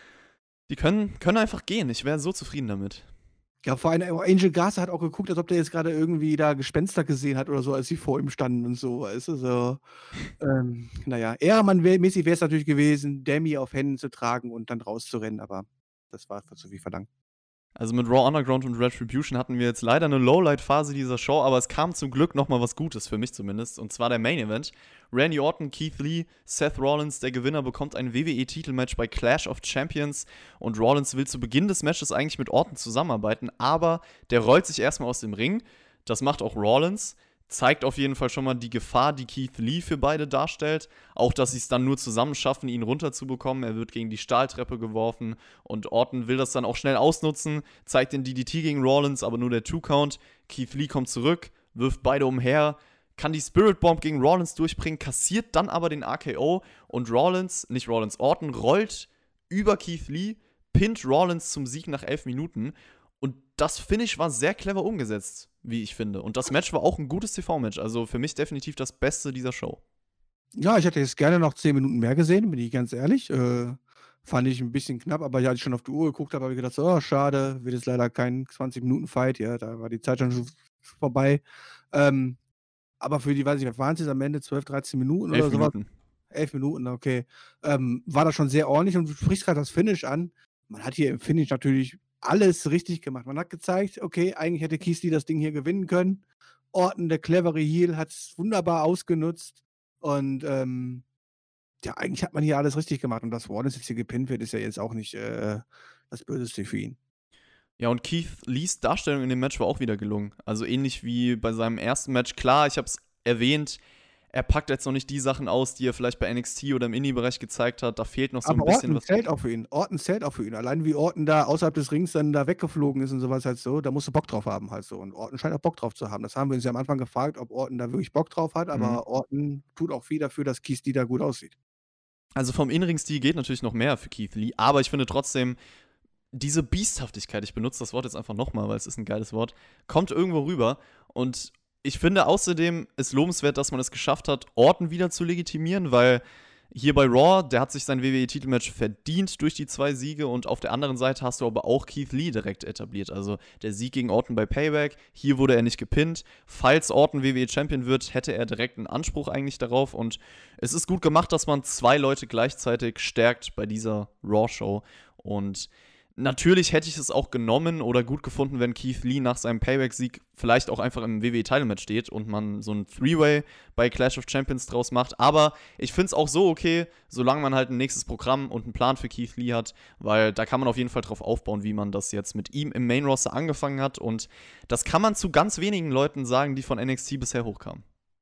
S1: die können, können einfach gehen. Ich wäre so zufrieden damit.
S2: Ja, vor allem Angel Garza hat auch geguckt, als ob der jetzt gerade irgendwie da Gespenster gesehen hat oder so, als sie vor ihm standen und so, weißt du, so. Ähm, naja, Ehrenmann-mäßig wäre es natürlich gewesen, Demi auf Händen zu tragen und dann rauszurennen, aber das war zu viel verlangt.
S1: Also mit Raw Underground und Retribution hatten wir jetzt leider eine Lowlight-Phase dieser Show, aber es kam zum Glück nochmal was Gutes, für mich zumindest, und zwar der Main Event. Randy Orton, Keith Lee, Seth Rollins, der Gewinner, bekommt ein W W E-Titelmatch bei Clash of Champions und Rollins will zu Beginn des Matches eigentlich mit Orton zusammenarbeiten, aber der rollt sich erstmal aus dem Ring. Das macht auch Rollins. Zeigt auf jeden Fall schon mal die Gefahr, die Keith Lee für beide darstellt. Auch, dass sie es dann nur zusammen schaffen, ihn runterzubekommen. Er wird gegen die Stahltreppe geworfen und Orton will das dann auch schnell ausnutzen. Zeigt den D D T gegen Rollins, aber nur der Two-Count. Keith Lee kommt zurück, wirft beide umher, kann die Spirit Bomb gegen Rollins durchbringen, kassiert dann aber den R K O und Rollins, nicht Rollins, Orton rollt über Keith Lee, pinnt Rollins zum Sieg nach elf Minuten. Und das Finish war sehr clever umgesetzt, wie ich finde. Und das Match war auch ein gutes T V-Match. Also für mich definitiv das Beste dieser Show.
S2: Ja, ich hätte jetzt gerne noch zehn Minuten mehr gesehen, bin ich ganz ehrlich. Äh, fand ich ein bisschen knapp, aber als ich schon auf die Uhr geguckt habe, habe ich gedacht, so, oh, schade, wird jetzt leider kein zwanzig-Minuten-Fight. Ja, da war die Zeit schon so vorbei. Ähm, aber für die, weiß ich nicht, waren es jetzt am Ende zwölf, dreizehn Minuten oder
S1: Elf
S2: sowas?
S1: Minuten.
S2: Elf Minuten, okay. Ähm, war das schon sehr ordentlich und du sprichst gerade das Finish an. Man hat hier im Finish natürlich alles richtig gemacht. Man hat gezeigt, okay, eigentlich hätte Keith Lee das Ding hier gewinnen können. Orton, der clevere Heel, hat es wunderbar ausgenutzt. Und ähm, ja, eigentlich hat man hier alles richtig gemacht. Und dass Rollins jetzt hier gepinnt wird, ist ja jetzt auch nicht äh, das Böseste für ihn.
S1: Ja, und Keith Lees Darstellung in dem Match war auch wieder gelungen. Also ähnlich wie bei seinem ersten Match. Klar, ich habe es erwähnt, er packt jetzt noch nicht die Sachen aus, die er vielleicht bei N X T oder im Indie-Bereich gezeigt hat. Da fehlt noch so
S2: Aber
S1: ein bisschen
S2: Orton
S1: was.
S2: zählt auch für ihn. Orton zählt auch für ihn. Allein wie Orton da außerhalb des Rings dann da weggeflogen ist und sowas halt so, da musst du Bock drauf haben halt so. Und Orton scheint auch Bock drauf zu haben. Das haben wir uns ja am Anfang gefragt, ob Orton da wirklich Bock drauf hat, aber
S1: Mhm.
S2: Orton tut auch viel dafür, dass Keith Lee da gut aussieht.
S1: Also vom In-Ring-Stil geht natürlich noch mehr für Keith Lee, aber ich finde trotzdem, diese Biesthaftigkeit, ich benutze das Wort jetzt einfach nochmal, weil es ist ein geiles Wort, kommt irgendwo rüber. Und ich finde außerdem ist lobenswert, dass man es geschafft hat, Orton wieder zu legitimieren, weil hier bei Raw, der hat sich sein W W E-Titelmatch verdient durch die zwei Siege und auf der anderen Seite hast du aber auch Keith Lee direkt etabliert. Also der Sieg gegen Orton bei Payback, hier wurde er nicht gepinnt. Falls Orton W W E-Champion wird, hätte er direkt einen Anspruch eigentlich darauf und es ist gut gemacht, dass man zwei Leute gleichzeitig stärkt bei dieser Raw-Show und natürlich hätte ich es auch genommen oder gut gefunden, wenn Keith Lee nach seinem Payback-Sieg vielleicht auch einfach im W W E-Title-Match steht und man so ein Three-Way bei Clash of Champions draus macht. Aber ich finde es auch so okay, solange man halt ein nächstes Programm und einen Plan für Keith Lee hat, weil da kann man auf jeden Fall drauf aufbauen, wie man das jetzt mit ihm im Main-Roster angefangen hat. Und das kann man zu ganz wenigen Leuten sagen, die von N X T bisher hochkamen.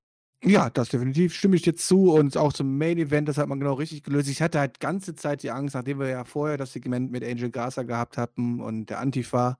S2: Ja, das definitiv stimme ich dir zu und auch zum Main Event, das hat man genau richtig gelöst. Ich hatte halt ganze Zeit die Angst, nachdem wir ja vorher das Segment mit Angel Garza gehabt hatten und der Antifa,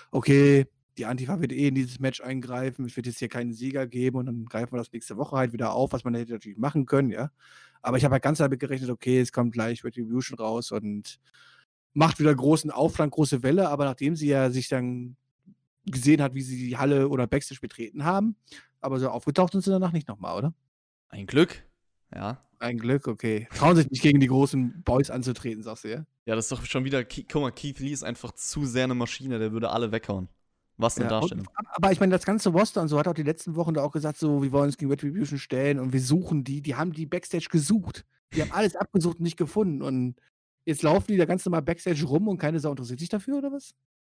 S2: okay, die Antifa wird eh in dieses Match eingreifen, es wird jetzt hier keinen Sieger geben und dann greifen wir das nächste Woche halt wieder auf, was man hätte natürlich machen können, ja. Aber ich habe halt ganz damit gerechnet, okay, es kommt gleich Retribution raus und macht wieder großen Aufstand, große Welle, aber nachdem sie ja sich dann gesehen hat, wie sie die Halle oder Backstage betreten haben, aber so aufgetaucht sind sie danach nicht nochmal, oder?
S1: Ein Glück, ja.
S2: Ein Glück, okay. Trauen sich nicht gegen die großen Boys anzutreten, sagst du, ja?
S1: Ja, das ist doch schon wieder, guck mal, Keith Lee ist einfach zu sehr eine Maschine, der würde alle weghauen. Was eine
S2: Ja,
S1: Darstellung.
S2: und, aber ich meine, das ganze Roster und so hat auch die letzten Wochen da auch gesagt, so, wir wollen uns gegen Retribution stellen und wir suchen die. Die haben die Backstage gesucht. Die haben alles abgesucht und nicht gefunden. Und jetzt laufen die da ganz normal Backstage rum und keine Sau interessiert sich dafür, oder was?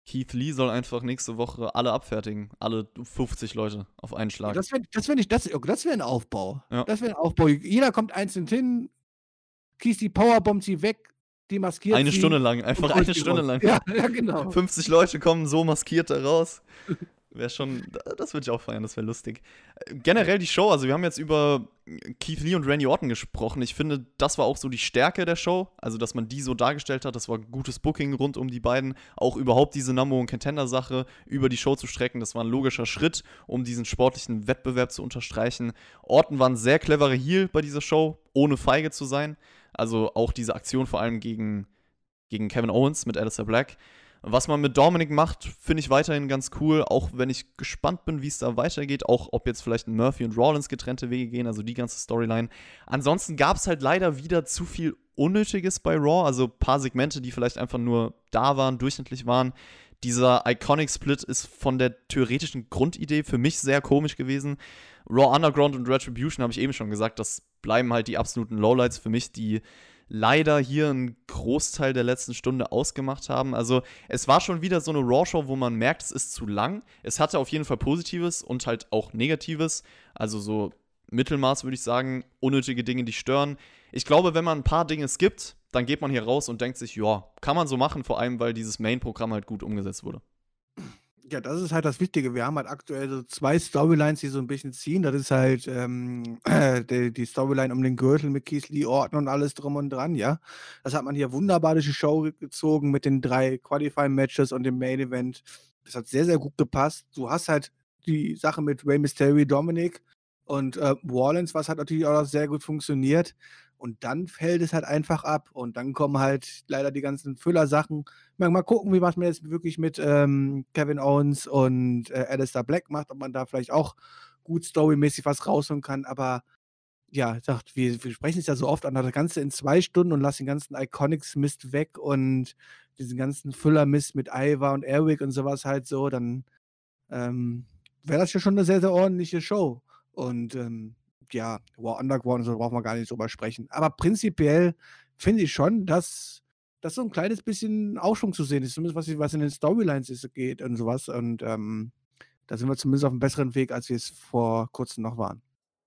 S1: Keith Lee soll einfach nächste Woche alle abfertigen. Alle fünfzig Leute auf einen Schlag.
S2: Das wäre das wär nicht, das, das wäre ein Aufbau.
S1: Ja.
S2: Das wäre ein Aufbau. Jeder kommt einzeln hin, Keith Lee powerbombt sie weg, demaskiert
S1: Eine
S2: sie.
S1: Stunde lang, einfach
S2: und
S1: eine
S2: holt sie
S1: Stunde
S2: raus.
S1: lang.
S2: Ja, ja, genau.
S1: fünfzig Leute kommen so maskiert da raus. Wäre schon, das würde ich auch feiern, das wäre lustig. Generell die Show, also wir haben jetzt über Keith Lee und Randy Orton gesprochen. Ich finde, das war auch so die Stärke der Show, also dass man die so dargestellt hat, das war gutes Booking rund um die beiden. Auch überhaupt diese Number One Contender-Sache über die Show zu strecken, das war ein logischer Schritt, um diesen sportlichen Wettbewerb zu unterstreichen. Orton war ein sehr cleverer Heel bei dieser Show, ohne feige zu sein. Also auch diese Aktion vor allem gegen, gegen Kevin Owens mit Aleister Black. Was man mit Dominic macht, finde ich weiterhin ganz cool, auch wenn ich gespannt bin, wie es da weitergeht, auch ob jetzt vielleicht Murphy und Rollins getrennte Wege gehen, also die ganze Storyline. Ansonsten gab es halt leider wieder zu viel Unnötiges bei Raw, also ein paar Segmente, die vielleicht einfach nur da waren, durchschnittlich waren. Dieser Iconic-Split ist von der theoretischen Grundidee für mich sehr komisch gewesen. Raw Underground und Retribution, habe ich eben schon gesagt, das bleiben halt die absoluten Lowlights für mich, die leider hier einen Großteil der letzten Stunde ausgemacht haben. Also es war schon wieder so eine Raw-Show, wo man merkt, es ist zu lang. Es hatte auf jeden Fall Positives und halt auch Negatives. Also so Mittelmaß, würde ich sagen. Unnötige Dinge, die stören. Ich glaube, wenn man ein paar Dinge skippt, dann geht man hier raus und denkt sich, ja, kann man so machen, vor allem, weil dieses Main-Programm halt gut umgesetzt wurde.
S2: Ja, das ist halt das Wichtige. Wir haben halt aktuell so zwei Storylines, die so ein bisschen ziehen. Das ist halt ähm, die, die Storyline um den Gürtel mit Keith Lee, Orton und alles drum und dran, ja. Das hat man hier wunderbar durch die Show gezogen mit den drei Qualifying-Matches und dem Main-Event. Das hat sehr, sehr gut gepasst. Du hast halt die Sache mit Rey Mysterio, Dominic und äh, Rollins, was hat natürlich auch sehr gut funktioniert. Und dann fällt es halt einfach ab. Und dann kommen halt leider die ganzen Füller-Sachen. Mal, mal gucken, wie was man jetzt wirklich mit ähm, Kevin Owens und äh, Aleister Black macht. Ob man da vielleicht auch gut storymäßig was rausholen kann. Aber ja, ich dachte, wir, wir sprechen es ja so oft an. Das Ganze in zwei Stunden und lassen den ganzen Iconics-Mist weg. Und diesen ganzen Füller-Mist mit Ivar und Eric und sowas halt so. Dann ähm, wäre das ja schon eine sehr, sehr ordentliche Show. Und ähm, ja, War Underground, so brauchen wir gar nicht drüber sprechen. Aber prinzipiell finde ich schon, dass das so ein kleines bisschen Aufschwung zu sehen ist, zumindest was, was in den Storylines ist, geht und sowas. Und ähm, da sind wir zumindest auf einem besseren Weg, als wir es vor kurzem noch waren.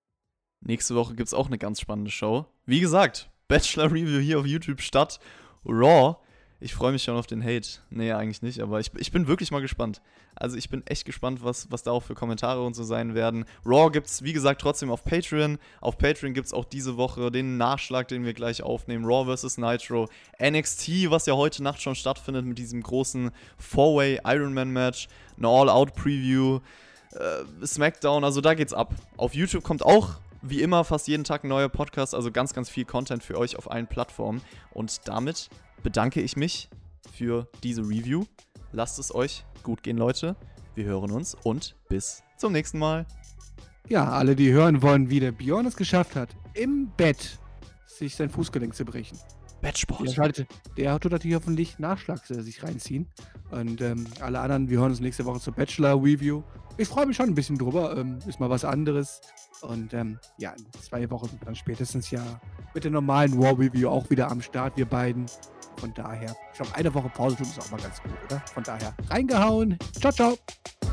S1: Nächste Woche gibt es auch eine ganz spannende Show. Wie gesagt, Bachelor Review hier auf YouTube statt Raw. Ich freue mich schon auf den Hate. Nee, eigentlich nicht, aber ich, ich bin wirklich mal gespannt. Also ich bin echt gespannt, was, was da auch für Kommentare und so sein werden. Raw gibt's, wie gesagt, trotzdem auf Patreon. Auf Patreon gibt's auch diese Woche den Nachschlag, den wir gleich aufnehmen. Raw versus Nitro. N X T, was ja heute Nacht schon stattfindet mit diesem großen Four-Way Ironman-Match. Eine All-Out-Preview. Äh, Smackdown, also da geht's ab. Auf YouTube kommt auch wie immer fast jeden Tag ein neuer Podcast, also ganz, ganz viel Content für euch auf allen Plattformen. Und damit bedanke ich mich für diese Review. Lasst es euch gut gehen, Leute. Wir hören uns und bis zum nächsten Mal.
S2: Ja, alle, die hören wollen, wie der Björn es geschafft hat, im Bett sich sein Fußgelenk zu brechen.
S1: Bettsport.
S2: Der, schaltet, der tut natürlich hoffentlich Nachschlag äh, sich reinziehen. Und ähm, alle anderen, wir hören uns nächste Woche zur Bachelor-Review. Ich freue mich schon ein bisschen drüber. Ähm, ist mal was anderes. Und ähm, ja, in zwei Wochen sind wir dann spätestens ja mit der normalen Raw-Review auch wieder am Start, wir beiden. Von daher, ich glaube, eine Woche Pause tut uns auch mal ganz gut, oder? Von daher, reingehauen. Ciao, ciao.